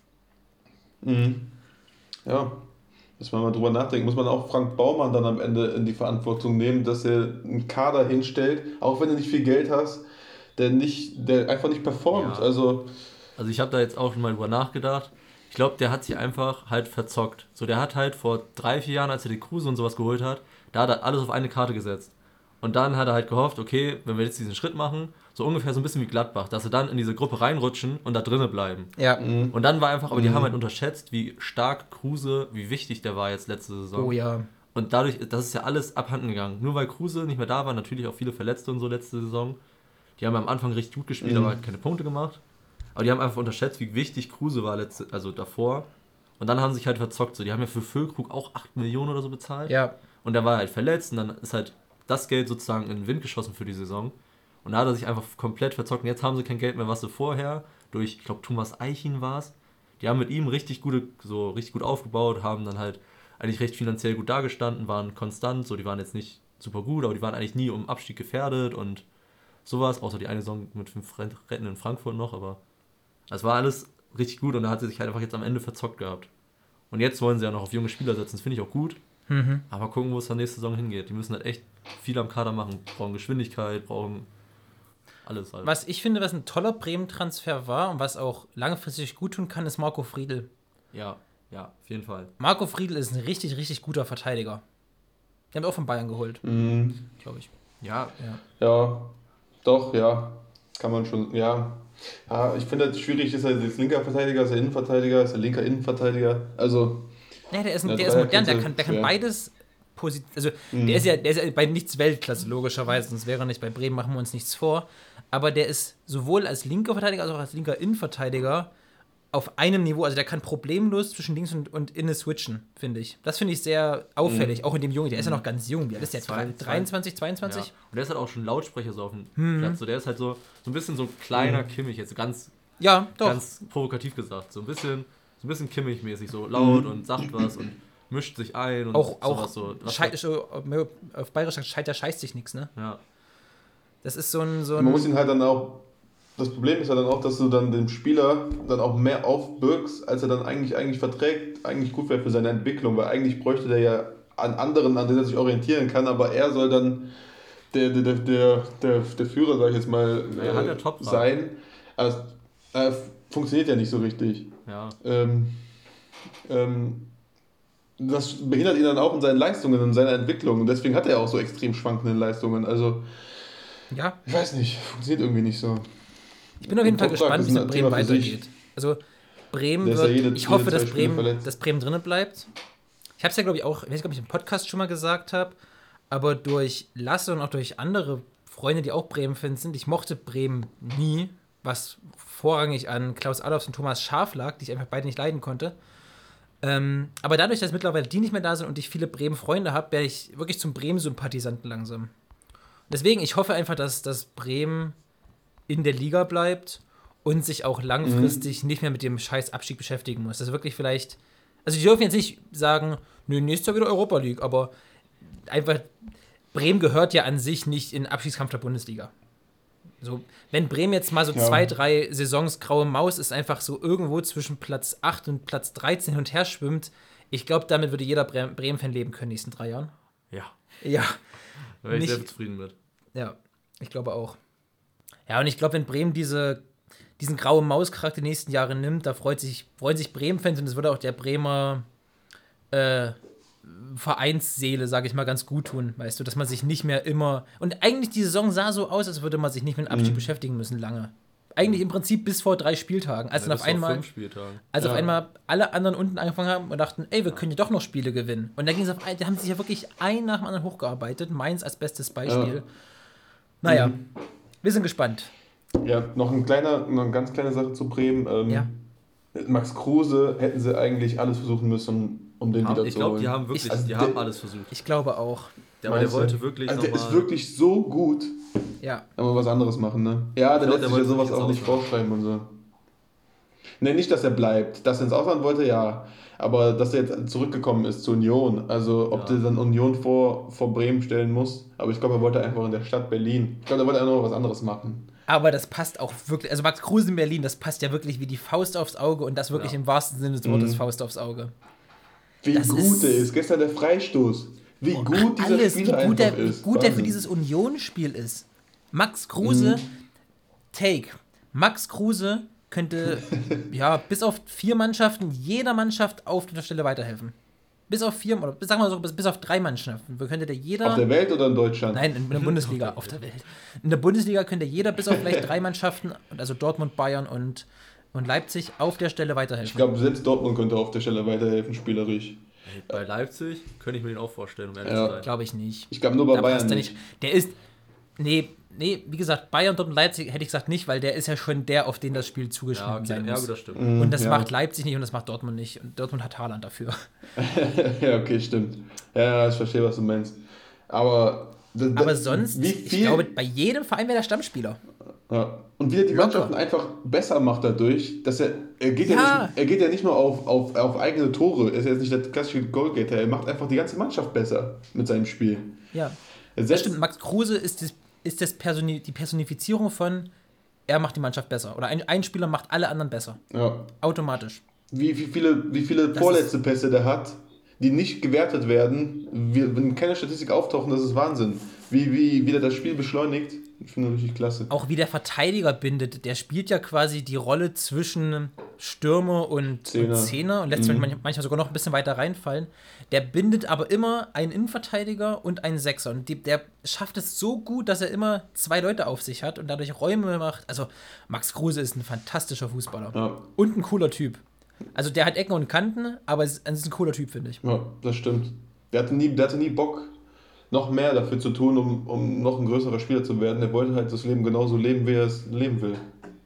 Ja, muss man mal drüber nachdenken. Muss man auch Frank Baumann dann am Ende in die Verantwortung nehmen, dass er einen Kader hinstellt, auch wenn du nicht viel Geld hast, der einfach nicht performt. Ja. Also ich habe da jetzt auch schon mal drüber nachgedacht. Ich glaube, der hat sich einfach halt verzockt. So, der hat halt vor 3-4 Jahren, als er die Kruse und sowas geholt hat, da hat er alles auf eine Karte gesetzt. Und dann hat er halt gehofft, okay, wenn wir jetzt diesen Schritt machen, so ungefähr so ein bisschen wie Gladbach, dass sie dann in diese Gruppe reinrutschen und da drinnen bleiben. Ja. Und dann war einfach, aber die haben halt unterschätzt, wie stark Kruse, wie wichtig der war jetzt letzte Saison. Oh ja. Und dadurch, das ist ja alles abhanden gegangen. Nur weil Kruse nicht mehr da war, natürlich auch viele Verletzte und so letzte Saison. Die haben am Anfang richtig gut gespielt, aber halt keine Punkte gemacht. Aber die haben einfach unterschätzt, wie wichtig Kruse war also davor. Und dann haben sie sich halt verzockt. So, die haben ja für Füllkrug auch 8 Millionen oder so bezahlt. Ja. Und der war halt verletzt und dann ist halt das Geld sozusagen in den Wind geschossen für die Saison. Und da hat er sich einfach komplett verzockt. Und jetzt haben sie kein Geld mehr, was sie vorher durch, ich glaube, Thomas Eichin war es. Die haben mit ihm richtig gut aufgebaut, haben dann halt eigentlich recht finanziell gut dagestanden, waren konstant. So, die waren jetzt nicht super gut, aber die waren eigentlich nie um Abstieg gefährdet und sowas. Außer die eine Saison mit 5 Rennen in Frankfurt noch, aber das war alles richtig gut und da hat sie sich halt einfach jetzt am Ende verzockt gehabt. Und jetzt wollen sie ja noch auf junge Spieler setzen, das finde ich auch gut. Aber gucken, wo es dann nächste Saison hingeht. Die müssen halt echt viel am Kader machen. Brauchen Geschwindigkeit, brauchen alles halt. Was ich finde, was ein toller Bremen-Transfer war und was auch langfristig gut tun kann, ist Marco Friedl. Ja, auf jeden Fall. Marco Friedl ist ein richtig, richtig guter Verteidiger. Die haben wir auch von Bayern geholt, glaube ich. Ja, Doch, kann man schon, ja. Ich finde es schwierig, ist er jetzt linker Verteidiger, ist er Innenverteidiger, ist er linker Innenverteidiger, also... Ja, der ist modern, der kann beides also der ist ja bei nichts Weltklasse, logischerweise, sonst wäre er nicht bei Bremen, machen wir uns nichts vor. Aber der ist sowohl als linker Verteidiger als auch als linker Innenverteidiger auf einem Niveau, also der kann problemlos zwischen links und innen switchen, finde ich. Das finde ich sehr auffällig, auch in dem Jungen, der ist ja noch ganz jung, wie alt ist der? 23, 22? Ja. Und der ist halt auch schon Lautsprecher so auf dem Platz, so, der ist halt so ein bisschen so ein kleiner Kimmich, jetzt ganz provokativ gesagt, so ein bisschen Kimmich-mäßig, so laut und sagt was und mischt sich ein und auch sowas so. Auf Bayerisch sagt, der scheißt sich nichts, ne? Ja. Das ist so ein... Man muss ihn halt dann auch... Das Problem ist ja dann auch, dass du dann dem Spieler dann auch mehr aufbürgst, als er dann eigentlich verträgt, eigentlich gut wäre für seine Entwicklung, weil eigentlich bräuchte der ja an anderen, an denen er sich orientieren kann, aber er soll dann der Führer, sag ich jetzt mal, sein. Also, funktioniert ja nicht so richtig. Ja. Das behindert ihn dann auch in seinen Leistungen, in seiner Entwicklung und deswegen hat er auch so extrem schwankende Leistungen. Also, ich weiß nicht, funktioniert irgendwie nicht so. Ich bin auf jeden Fall gespannt, wie es mit Bremen weitergeht. Also Bremen wird, ich hoffe, dass Bremen drinnen bleibt. Ich habe es ja, glaube ich, auch, ich weiß nicht, ob ich im Podcast schon mal gesagt habe, aber durch Lasse und auch durch andere Freunde, die auch Bremen-Fans sind, ich mochte Bremen nie, was vorrangig an Klaus Allofs und Thomas Schaaf lag, die ich einfach beide nicht leiden konnte. Aber dadurch, dass mittlerweile die nicht mehr da sind und ich viele Bremen-Freunde habe, werde ich wirklich zum Bremen-Sympathisanten langsam. Deswegen, ich hoffe einfach, dass Bremen in der Liga bleibt und sich auch langfristig nicht mehr mit dem scheiß Abstieg beschäftigen muss. Das ist wirklich vielleicht, also die dürfen jetzt nicht sagen, nö, nächstes Jahr wieder Europa League, aber einfach, Bremen gehört ja an sich nicht in den Abstiegskampf der Bundesliga. So, wenn Bremen jetzt mal so 2-3 Saisons graue Maus ist, einfach so irgendwo zwischen Platz 8 und Platz 13 hin und her schwimmt, ich glaube, damit würde jeder Bremen-Fan leben können in den nächsten 3 Jahren. Ja. Da wäre ich sehr zufrieden mit. Ja, ich glaube auch. Ja, und ich glaube, wenn Bremen diesen grauen Maus-Charakter die nächsten Jahre nimmt, da freuen sich Bremen-Fans und es würde auch der Bremer Vereinsseele, sage ich mal, ganz gut tun, weißt du, dass man sich nicht mehr immer... Und eigentlich die Saison sah so aus, als würde man sich nicht mit dem Abstieg beschäftigen müssen lange. Eigentlich im Prinzip bis vor 3 Spieltagen. Als dann auf einmal 5 Spieltagen. Auf einmal alle anderen unten angefangen haben und dachten, ey, wir können ja doch noch Spiele gewinnen. Und dann ging es da haben sie sich ja wirklich ein nach dem anderen hochgearbeitet. Mainz als bestes Beispiel. Ja. Naja, wir sind gespannt. Ja, noch eine ganz kleine Sache zu Bremen. Max Kruse hätten sie eigentlich alles versuchen müssen, um den wieder zu holen. Ich glaube, die haben wirklich, haben alles versucht. Ich glaube auch. Der wollte wirklich der ist wirklich so gut. Ja. Aber was anderes machen, ne? Ja, der lässt sich ja sowas auch nicht vorschreiben und so. Ne, nicht, dass er bleibt. Dass er ins Ausland wollte, ja. Aber dass er jetzt zurückgekommen ist zu Union. Also, ob der dann Union vor Bremen stellen muss. Aber ich glaube, er wollte einfach in der Stadt Berlin. Ich glaube, er wollte einfach noch was anderes machen. Aber das passt auch wirklich. Also, Max Kruse in Berlin, das passt ja wirklich wie die Faust aufs Auge. Und das wirklich im wahrsten Sinne des Wortes Faust aufs Auge. Wie das gut er ist. Gestern der Freistoß. Wie gut dieser Spieler einfach ist. Wie gut der für dieses Union-Spiel ist. Max Kruse, Max Kruse könnte, bis auf 4 Mannschaften, jeder Mannschaft auf der Stelle weiterhelfen. Bis auf 4, oder sagen wir so, bis auf 3 Mannschaften. Könnte der jeder... Auf der Welt oder in Deutschland? Nein, in der Bundesliga, auf der Welt. In der Bundesliga könnte jeder bis auf vielleicht 3 Mannschaften, also Dortmund, Bayern und Leipzig, auf der Stelle weiterhelfen. Ich glaube, selbst Dortmund könnte auf der Stelle weiterhelfen, spielerisch. Bei Leipzig könnte ich mir den auch vorstellen, um ehrlich zu sein. Glaube ich nicht. Ich glaube nur bei Bayern nicht. Der ist... Nee, wie gesagt, Bayern, Dortmund, Leipzig hätte ich gesagt nicht, weil der ist ja schon der, auf den das Spiel zugeschnitten sein muss. Ja, gut, das stimmt. Und das macht Leipzig nicht und das macht Dortmund nicht. Und Dortmund hat Haaland dafür. Ja, okay, stimmt. Ja, ich verstehe, was du meinst. Aber sonst, ich glaube, bei jedem Verein wäre der Stammspieler. Ja. Und wie er die Mannschaften einfach besser macht dadurch, dass er geht ja nicht nur auf eigene Tore, er ist jetzt nicht der klassische Goalgetter, er macht einfach die ganze Mannschaft besser mit seinem Spiel. Ja, das stimmt. Max Kruse ist die Personifizierung von, er macht die Mannschaft besser. Oder ein Spieler macht alle anderen besser. Ja. Automatisch. Wie viele vorletzte Pässe der hat, die nicht gewertet werden, wenn keine Statistik auftauchen, das ist Wahnsinn. Wie der das Spiel beschleunigt, ich finde das richtig klasse. Auch wie der Verteidiger bindet, der spielt ja quasi die Rolle zwischen Stürmer und Zehner und lässt sich manchmal sogar noch ein bisschen weiter reinfallen. Der bindet aber immer einen Innenverteidiger und einen Sechser und der schafft es so gut, dass er immer 2 Leute auf sich hat und dadurch Räume macht. Also Max Kruse ist ein fantastischer Fußballer und ein cooler Typ. Also der hat Ecken und Kanten, aber es ist ein cooler Typ, finde ich. Ja, das stimmt. Der hatte nie Bock, noch mehr dafür zu tun, um noch ein größerer Spieler zu werden. Er wollte halt das Leben genauso leben, wie er es leben will.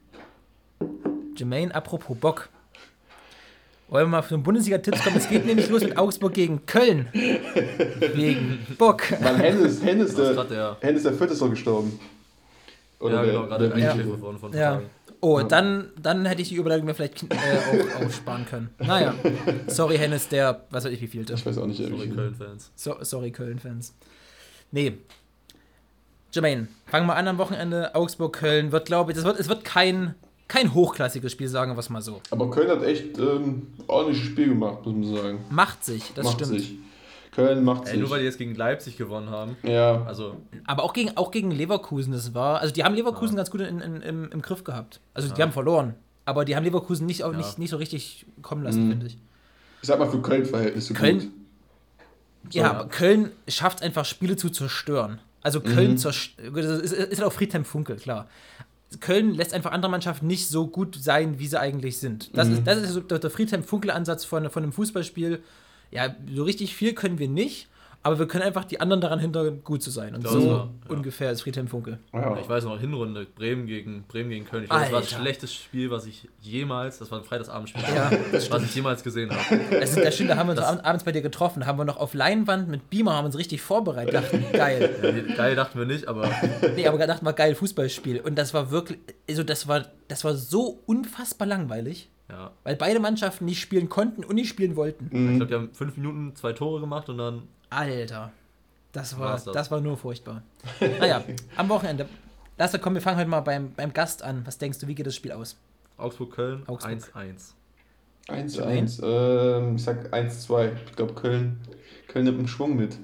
Jermaine, apropos Bock. Wollen wir mal für den Bundesliga-Tipps kommen? Es geht nämlich los mit Augsburg gegen Köln. Wegen Bock. Mann, Hennes der Vierte ist doch gestorben. Oder ja, genau, gerade der Einschläfer von Tagen. Oh, dann hätte ich die Überleitung mir vielleicht auch aufsparen können. Naja, sorry Hennes, der, was weiß ich, wie vielte. Ich weiß auch nicht. Sorry Köln-Fans. Sorry Köln-Fans. Nee. Jermaine, fangen wir an am Wochenende. Augsburg-Köln wird, glaube ich, es wird kein hochklassiges Spiel, sagen wir es mal so. Aber Köln hat echt ordentliches Spiel gemacht, muss man sagen. Macht sich, das stimmt. Köln macht sich. Nur weil die jetzt gegen Leipzig gewonnen haben. Ja. Also. Aber auch gegen Leverkusen, also die haben Leverkusen ganz gut im Griff gehabt. Also die haben verloren, aber die haben Leverkusen nicht so richtig kommen lassen, finde ich. Ich sag mal für Köln-Verhältnisse gut. Ja, aber Köln schafft es einfach, Spiele zu zerstören. Also Köln ist halt auch Friedhelm Funkel, klar. Köln lässt einfach andere Mannschaften nicht so gut sein, wie sie eigentlich sind. Das ist so der Friedhelm Funkel-Ansatz von einem Fußballspiel. Ja, so richtig viel können wir nicht, aber wir können einfach die anderen daran hindern, gut zu sein. Und so ungefähr ist Friedhelm Funkel. Ja. Ich weiß noch, Hinrunde, Bremen gegen Köln. Ich glaube, das war das schlechteste Spiel, das war ein Freitagsabendspiel, was ich jemals gesehen habe. Das stimmt, da haben wir uns abends bei dir getroffen, haben wir noch auf Leinwand mit Beamer, haben uns richtig vorbereitet, dachten, geil. Ja, geil dachten wir nicht, aber... Nee, aber dachten wir, geil, Fußballspiel. Und das war wirklich, also das war so unfassbar langweilig. Ja. Weil beide Mannschaften nicht spielen konnten und nicht spielen wollten. Ich glaube, die haben 5 Minuten 2 Tore gemacht und dann... Alter, das war nur furchtbar. Naja, am Wochenende. Lass komm, wir fangen heute mal beim Gast an. Was denkst du, wie geht das Spiel aus? Augsburg-Köln, 1-1. 1-1. Ich sag 1-2. Ich glaube, Köln nimmt einen Schwung mit.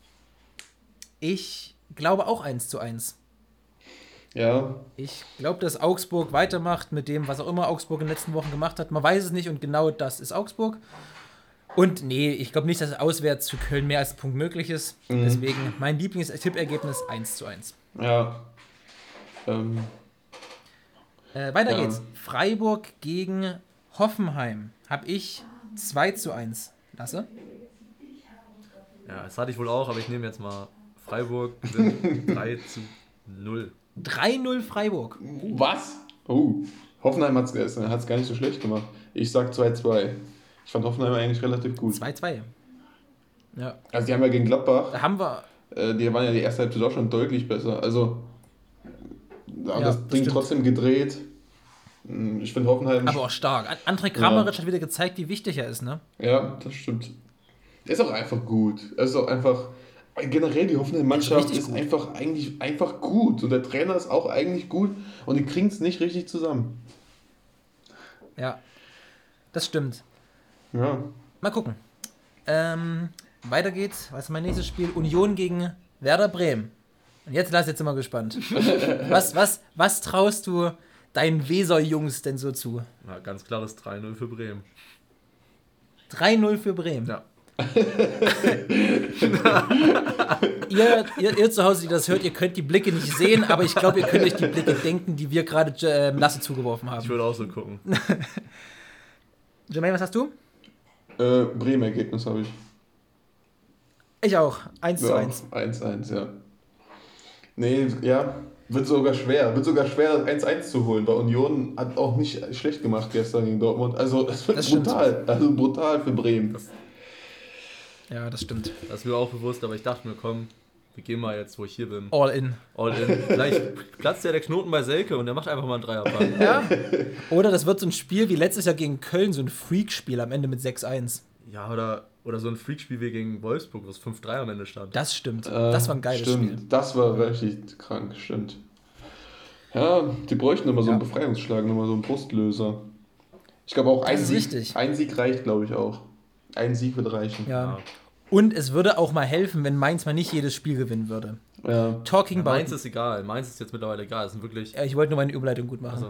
Ich glaube auch 1-1. Ja. Ich glaube, dass Augsburg weitermacht mit dem, was auch immer Augsburg in den letzten Wochen gemacht hat. Man weiß es nicht und genau das ist Augsburg. Und nee, ich glaube nicht, dass auswärts für Köln mehr als ein Punkt möglich ist. Deswegen mein Lieblings-Tippergebnis 1-1. Ja. Weiter geht's. Freiburg gegen Hoffenheim. Habe ich 2-1. Lasse? Ja, das hatte ich wohl auch, aber ich nehme jetzt mal Freiburg 3-0. 3-0 Freiburg. Was? Hoffenheim hat es gar nicht so schlecht gemacht. Ich sag 2-2. Ich fand Hoffenheim eigentlich relativ gut. 2-2. Ja. Also die haben ja gegen Gladbach. Da haben wir. Die waren ja die erste Halbzeit auch schon deutlich besser. Also das Ding trotzdem gedreht. Ich finde Hoffenheim. Aber auch stark. André Kramaric hat wieder gezeigt, wie wichtig er ist, ne? Ja, das stimmt. Er ist auch einfach gut. Er ist auch einfach. Generell die Hoffenheim-Mannschaft ist einfach gut. Und der Trainer ist auch eigentlich gut. Und die kriegen es nicht richtig zusammen. Ja, das stimmt. Ja. Mal gucken. Weiter geht's. Was ist mein nächstes Spiel? Union gegen Werder Bremen. Und jetzt sind wir gespannt. Was traust du deinen Weser-Jungs denn so zu? Ja, ganz klares 3-0 für Bremen. 3-0 für Bremen? Ja. ihr zu Hause, die das hört, ihr könnt die Blicke nicht sehen, aber ich glaube, ihr könnt euch die Blicke denken, die wir gerade Lasse zugeworfen haben. Ich würde auch so gucken. Jermaine, was hast du? Bremen-Ergebnis habe ich. Ich auch. 1-1. 1-1, ja. Nee, ja, wird sogar schwer, das 1-1 zu holen, weil Union hat auch nicht schlecht gemacht gestern gegen Dortmund. Also es wird brutal für Bremen. Ja, das stimmt. Das ist mir auch bewusst, aber ich dachte mir, komm, wir gehen mal jetzt, wo ich hier bin. All in. Vielleicht platzt ja der Knoten bei Selke und der macht einfach mal einen Dreierpack. Ja. Oder das wird so ein Spiel wie letztes Jahr gegen Köln, so ein Freak-Spiel am Ende mit 6-1. Ja, oder so ein Freak-Spiel wie gegen Wolfsburg, wo es 5-3 am Ende stand. Das stimmt. Das war ein geiles Spiel. Das war richtig krank, stimmt. Ja, die bräuchten immer so einen Befreiungsschlag, nochmal so einen Brustlöser. Ich glaube auch ein Sieg reicht, glaube ich, auch. Ein Sieg wird reichen. Ja. Und es würde auch mal helfen, wenn Mainz mal nicht jedes Spiel gewinnen würde. Ja. Talking about... Mainz ist egal. Mainz ist jetzt mittlerweile egal. Es sind wirklich... Ja, ich wollte nur meine Überleitung gut machen.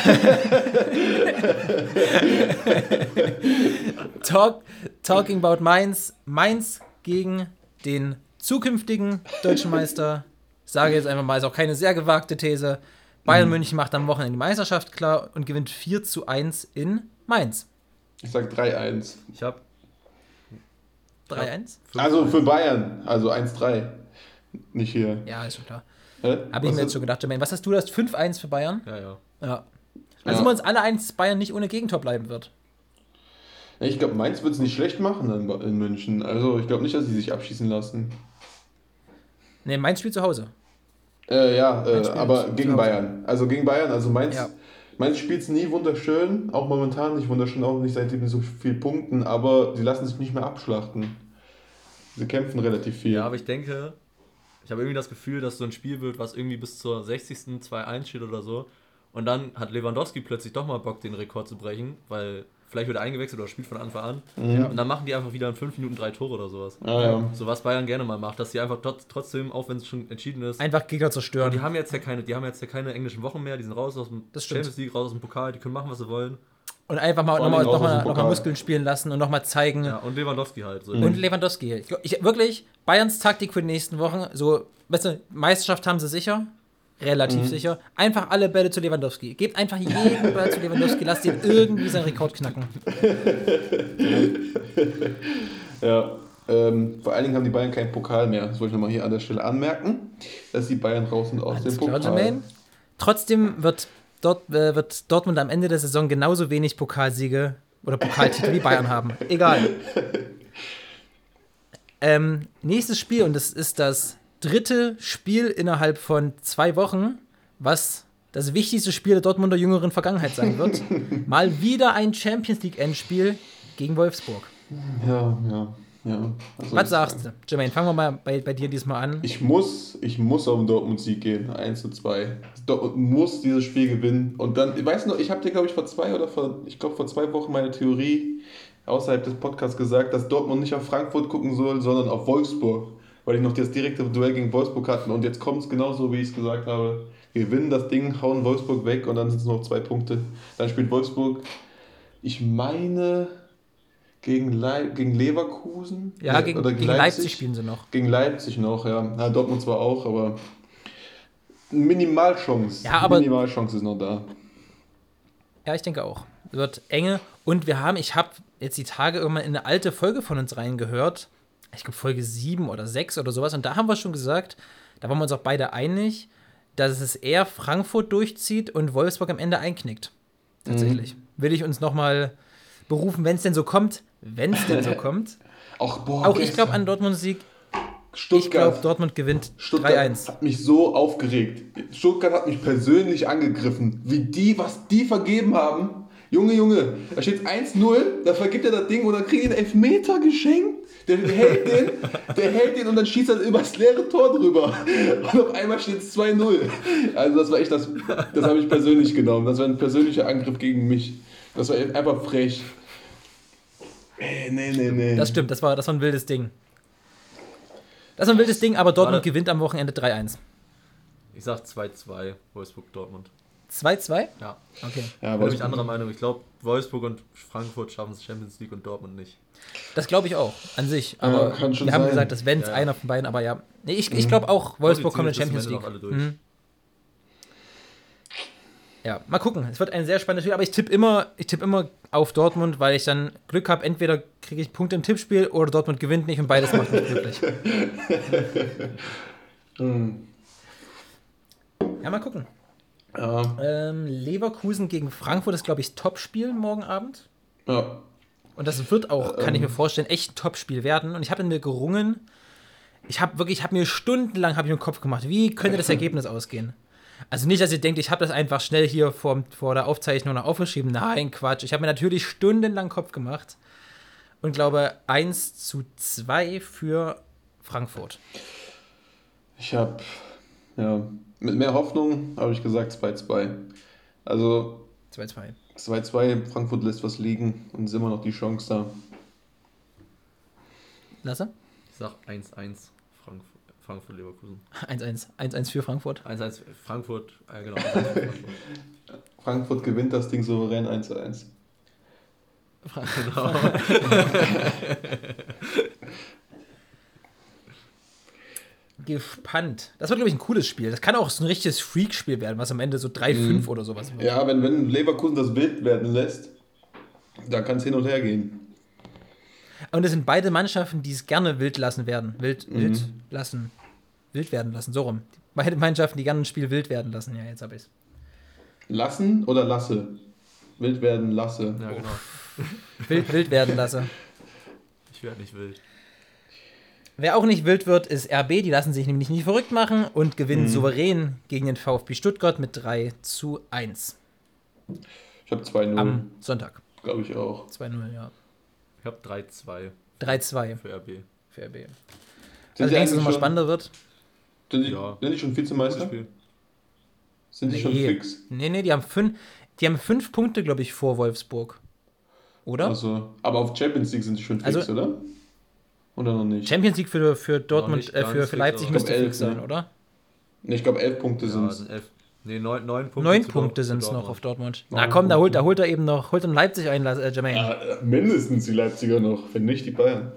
Also. Talking about Mainz. Mainz gegen den zukünftigen deutschen Meister. Ich sage jetzt einfach mal, ist auch keine sehr gewagte These. Bayern München macht am Wochenende die Meisterschaft klar und gewinnt 4:1 in Mainz. Ich sag 3-1. Ich habe 3:1? Also für Bayern, also 1-3. Nicht hier. Ja, ist schon klar. Hä? Habe ich mir jetzt so gedacht, Jermaine. Was hast du? Du hast 5:1 für Bayern? Ja. Ja. Also Ja. sind wir uns alle eins, dass Bayern nicht ohne Gegentor bleiben wird. Ja, ich glaube, Mainz wird es nicht schlecht machen in München. Also ich glaube nicht, dass sie sich abschießen lassen. Ne, Mainz spielt zu Hause. Aber gegen Bayern. Also gegen Bayern, also Mainz. Ja. Mainz spielt es nie wunderschön, auch momentan nicht wunderschön, auch nicht seitdem mit so viel Punkten, aber sie lassen sich nicht mehr abschlachten. Sie kämpfen relativ viel. Ja, aber ich denke, ich habe irgendwie das Gefühl, dass so ein Spiel wird, was irgendwie bis zur 60. 2:1 steht oder so. Und dann hat Lewandowski plötzlich doch mal Bock, den Rekord zu brechen, weil vielleicht wird er eingewechselt oder spielt von Anfang an. Mhm. Und dann machen die einfach wieder in 5 Minuten 3 Tore oder sowas. Ja. So was Bayern gerne mal macht, dass sie einfach trotzdem, auch wenn es schon entschieden ist, Einfach Gegner zerstören. die haben jetzt ja keine englischen Wochen mehr, die sind raus aus dem Das stimmt. Champions League, raus aus dem Pokal, die können machen, was sie wollen. Und einfach mal Vor allem auch aus dem noch mal Pokal. Muskeln spielen lassen und nochmal zeigen. Ja, und Lewandowski halt. So. Und Lewandowski. Wirklich, Bayerns Taktik für die nächsten Wochen, so, weißt du, Meisterschaft haben sie sicher, relativ sicher. Einfach alle Bälle zu Lewandowski. Gebt einfach jeden Ball zu Lewandowski, lasst ihn irgendwie seinen Rekord knacken. Ja. Vor allen Dingen haben die Bayern keinen Pokal mehr. Das wollte ich nochmal hier an der Stelle anmerken, dass die Bayern raus sind aus dem Alles klar, Pokal. Jermaine. Trotzdem wird Dortmund am Ende der Saison genauso wenig Pokalsiege oder Pokaltitel wie Bayern haben. Egal. Nächstes Spiel, und das ist das 3. Spiel innerhalb von 2 Wochen, was das wichtigste Spiel der Dortmunder jüngeren Vergangenheit sein wird. Mal wieder ein Champions League Endspiel gegen Wolfsburg. Ja. Also Was sagst du? Jermaine, fangen wir mal bei dir diesmal an. Ich muss auf den Dortmund-Sieg gehen, 1:2. Dortmund muss dieses Spiel gewinnen. Und dann, ich weiß noch, ich habe dir, glaube ich, vor 2 Wochen meine Theorie außerhalb des Podcasts gesagt, dass Dortmund nicht auf Frankfurt gucken soll, sondern auf Wolfsburg. Weil ich noch das direkte Duell gegen Wolfsburg hatten. Und jetzt kommt es genauso, wie ich es gesagt habe. Wir gewinnen das Ding, hauen Wolfsburg weg und dann sind es noch 2 Punkte. Dann spielt Wolfsburg, ich meine, gegen Leverkusen? Ja, gegen Leipzig spielen sie noch. Gegen Leipzig noch, ja. Dortmund zwar auch, aber Minimalchance. Ja, aber Minimalchance ist noch da. Ja, ich denke auch. Es wird enge. Und ich habe jetzt die Tage irgendwann in eine alte Folge von uns reingehört. Ich glaube Folge 7 oder 6 oder sowas. Und da haben wir schon gesagt, da waren wir uns auch beide einig, dass es eher Frankfurt durchzieht und Wolfsburg am Ende einknickt. Tatsächlich. Will ich uns nochmal berufen, wenn es denn so kommt. Wenn es denn so kommt. Auch ich glaube an Dortmunds Sieg. Ich glaube, Dortmund gewinnt 3:1. Hat mich so aufgeregt. Stuttgart hat mich persönlich angegriffen. Was die vergeben haben. Junge, da steht 1:0, da vergibt er das Ding und dann kriegt er einen Elfmeter geschenkt. Der hält den und dann schießt er übers leere Tor drüber. Und auf einmal steht es 2:0. Also das war echt das habe ich persönlich genommen. Das war ein persönlicher Angriff gegen mich. Das war einfach frech. Nee. Das stimmt, das war ein wildes Ding. Aber Dortmund gewinnt am Wochenende 3:1. Ich sag 2:2, Wolfsburg-Dortmund. 2:2? Ja. Okay. Ja, Bin ich anderer Meinung. Ich glaube, Wolfsburg und Frankfurt schaffen es Champions League und Dortmund nicht. Das glaube ich auch, an sich. Aber kann schon wir haben sein. gesagt, dass wenn es einer von beiden, aber ja. Nee, ich glaube auch, Wolfsburg kommt in die Champions League. Alle durch. Ja, mal gucken. Es wird ein sehr spannendes Spiel, aber ich tippe immer auf Dortmund, weil ich dann Glück habe, entweder kriege ich Punkte im Tippspiel oder Dortmund gewinnt nicht und beides macht mich glücklich. Ja, mal gucken. Ja. Leverkusen gegen Frankfurt ist, glaube ich, Topspiel morgen Abend. Ja. Und das wird auch, kann ich mir vorstellen, echt ein Topspiel werden. Und ich habe in mir gerungen. Ich habe mir stundenlang im Kopf gemacht, wie könnte das Ergebnis ausgehen? Also nicht, dass ihr denkt, ich habe das einfach schnell hier vor der Aufzeichnung noch aufgeschrieben. Nein, Quatsch. Ich habe mir natürlich stundenlang Kopf gemacht und glaube 1:2 für Frankfurt. Ich habe, mit mehr Hoffnung habe ich gesagt 2:2. Also 2:2. 2:2, Frankfurt lässt was liegen und ist immer noch die Chance da. Lasse? Ich sag 1-1 Frankfurt-Leverkusen. 1-1. 1-1 für Frankfurt. 1-1 Frankfurt, genau. 1-1 für Frankfurt. Frankfurt gewinnt das Ding souverän 1-1. Genau. Gespannt. Das wird, glaube ich, ein cooles Spiel. Das kann auch so ein richtiges Freak-Spiel werden, was am Ende so 3-5 oder sowas wird. Ja, wenn Leverkusen das wild werden lässt, da kann es hin und her gehen. Und es sind beide Mannschaften, die es gerne wild lassen werden. Wild werden lassen, so rum. Beide Mannschaften, die gerne ein Spiel wild werden lassen. Ja, jetzt habe ich es. Lassen oder lasse? Wild werden lasse. Ja, genau. Wild werden lasse. Ich werde nicht wild. Wer auch nicht wild wird, ist RB. Die lassen sich nämlich nicht verrückt machen und gewinnen souverän gegen den VfB Stuttgart mit 3-1. Ich habe 2-0. Am Sonntag. Glaube ich auch. 2-0, ja. Ich habe 3-2 3-2 für RB. für RB. Sind Also denkst du, dass die es eigentlich nochmal schon- spannender wird? Sind Ja. die schon Vizemeister? Spiel. Sind die schon fix? Nee, die haben 5 Punkte, glaube ich, vor Wolfsburg. Oder? Also, aber auf Champions League sind die schon fix, Also- oder? Oder noch nicht? Champions League für Dortmund, nicht ganz für fix, Leipzig aber- müsste Ich glaub, fix 11, sein, ne? oder? Ne, ich glaube 11 Punkte sind Ja, es. sind 11. Nee, 9 Punkte. 9 zu Punkte zu sind es noch Dortmund. auf Dortmund. 9 Na komm, da Punkte. holt er eben noch, holt dann Leipzig ein, Jermaine. Ja, mindestens die Leipziger noch, wenn nicht die Bayern.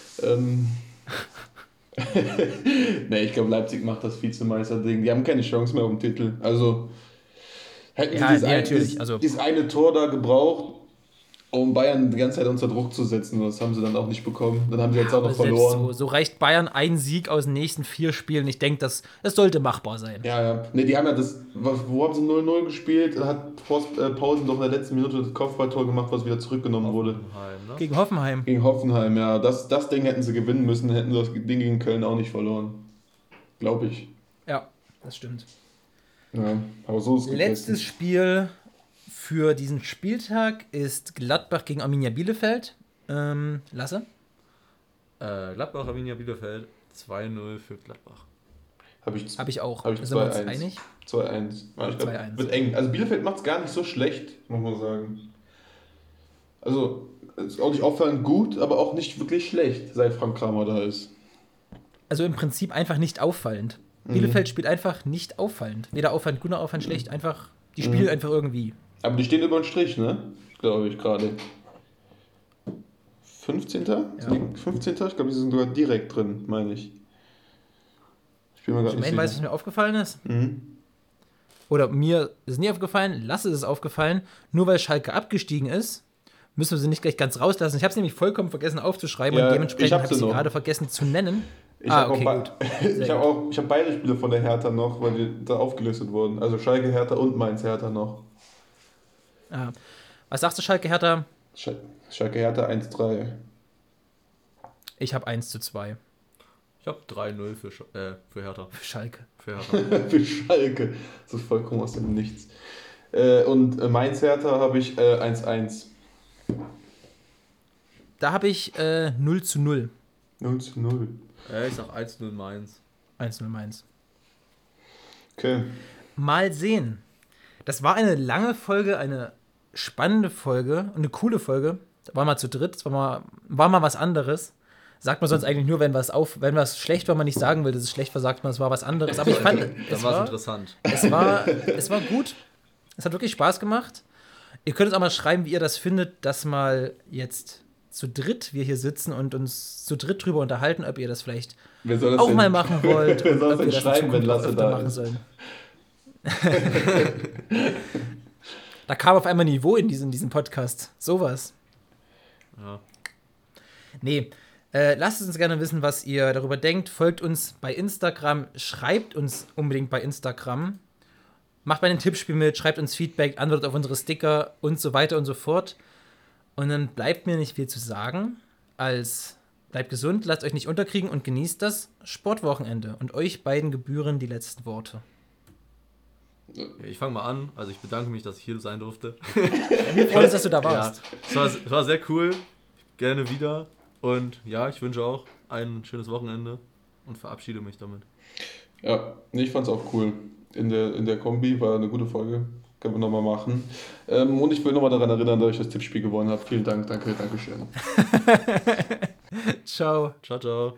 Ne, ich glaube, Leipzig macht das Vizemeister-Ding. Die haben keine Chance mehr auf den Titel. Also, hätten Ja, sie dieses, nee, ein, natürlich, dieses, also- dieses eine Tor da gebraucht, um Bayern die ganze Zeit unter Druck zu setzen. Das haben sie dann auch nicht bekommen. Dann haben sie jetzt auch Aber noch selbst verloren. so reicht Bayern ein Sieg aus den nächsten 4 Spielen. Ich denke, das sollte machbar sein. Ja. Ne, die haben ja das. Wo haben sie 0-0 gespielt? Da hat Pausen doch in der letzten Minute das Kopfballtor gemacht, was wieder zurückgenommen wurde. Hoffenheim, ne? Gegen Hoffenheim. Gegen Hoffenheim, ja. Das Ding hätten sie gewinnen müssen, hätten sie das Ding gegen Köln auch nicht verloren. Glaube ich. Ja, das stimmt. Ja, aber so ist es Letztes Spiel für diesen Spieltag ist Gladbach gegen Arminia Bielefeld. Lasse? Gladbach, Arminia Bielefeld, 2-0 für Gladbach. Habe Habe ich auch. Hab ich Sind wir uns 2-1. einig? 2-1. Ja, ich glaub, 2-1. wird eng. Also Bielefeld macht es gar nicht so schlecht, muss man sagen. Also, ist auch nicht auffallend gut, aber auch nicht wirklich schlecht, seit Frank Kramer da ist. Also im Prinzip einfach nicht auffallend. Bielefeld spielt einfach nicht auffallend. Weder auffallend gut noch auffallend schlecht. Einfach, die spielen einfach irgendwie. Aber die stehen über den Strich, ne? Glaube ich gerade. 15. Sind die 15. Ich glaube, die sind sogar direkt drin, meine ich. Ich bin mir gerade nicht Jermaine weiß, was sicher. mir aufgefallen ist. Mhm. Oder mir ist nie aufgefallen. Lasse ist es aufgefallen. Nur weil Schalke abgestiegen ist, müssen wir sie nicht gleich ganz rauslassen. Ich habe sie nämlich vollkommen vergessen aufzuschreiben Ja, und ich dementsprechend hab habe sie ich sie noch. gerade vergessen zu nennen. Ich habe okay, gut. ich hab beide Spiele von der Hertha noch, weil die da aufgelistet wurden. Also Schalke Hertha und Mainz Hertha noch. Ah. Was sagst du, Schalke Hertha? Schalke Hertha 1-3. Ich habe 1-2 Ich habe 3-0 für Hertha. für Schalke. Für Hertha. Für Schalke. Das ist vollkommen aus dem Nichts. Und Mainz Hertha habe ich 1-1. Da habe ich 0-0. 0-0. Ich sag 1-0 Mainz. 1-0 Mainz. Okay. Mal sehen. Das war eine lange Folge, eine spannende Folge und eine coole Folge. Da waren wir zu dritt, das war mal was anderes. Sagt man sonst eigentlich nur, wenn was schlecht war, man nicht sagen will, dass es schlecht war, sagt man, es war was anderes. Aber ich fand, Dann war es interessant. es war gut. Es hat wirklich Spaß gemacht. Ihr könnt uns auch mal schreiben, wie ihr das findet, dass mal jetzt zu dritt wir hier sitzen und uns zu dritt drüber unterhalten, ob ihr das vielleicht Wer soll das auch denn, mal machen wollt. Wer soll und das ob wir denn das in schreiben, wenn Zukunft auch Lasse öfter da machen ist? sollen. Da kam auf einmal Niveau in diesen Podcast. Sowas. Ja. Nee, lasst uns gerne wissen, was ihr darüber denkt. Folgt uns bei Instagram, schreibt uns unbedingt bei Instagram. Macht bei den Tippspielen mit, schreibt uns Feedback, antwortet auf unsere Sticker und so weiter und so fort. Und dann bleibt mir nicht viel zu sagen, als bleibt gesund, lasst euch nicht unterkriegen und genießt das Sportwochenende. Und euch beiden gebühren die letzten Worte. Ich fange mal an. Also ich bedanke mich, dass ich hier sein durfte. Wir freuen uns, dass du da warst. Ja, es war sehr cool. Gerne wieder. Und ja, ich wünsche auch ein schönes Wochenende und verabschiede mich damit. Ja, nee, ich fand's auch cool. In der Kombi war eine gute Folge. Können wir nochmal machen. Und ich will nochmal daran erinnern, dass ich das Tippspiel gewonnen habe. Vielen Dank, danke schön. Ciao. Ciao, ciao.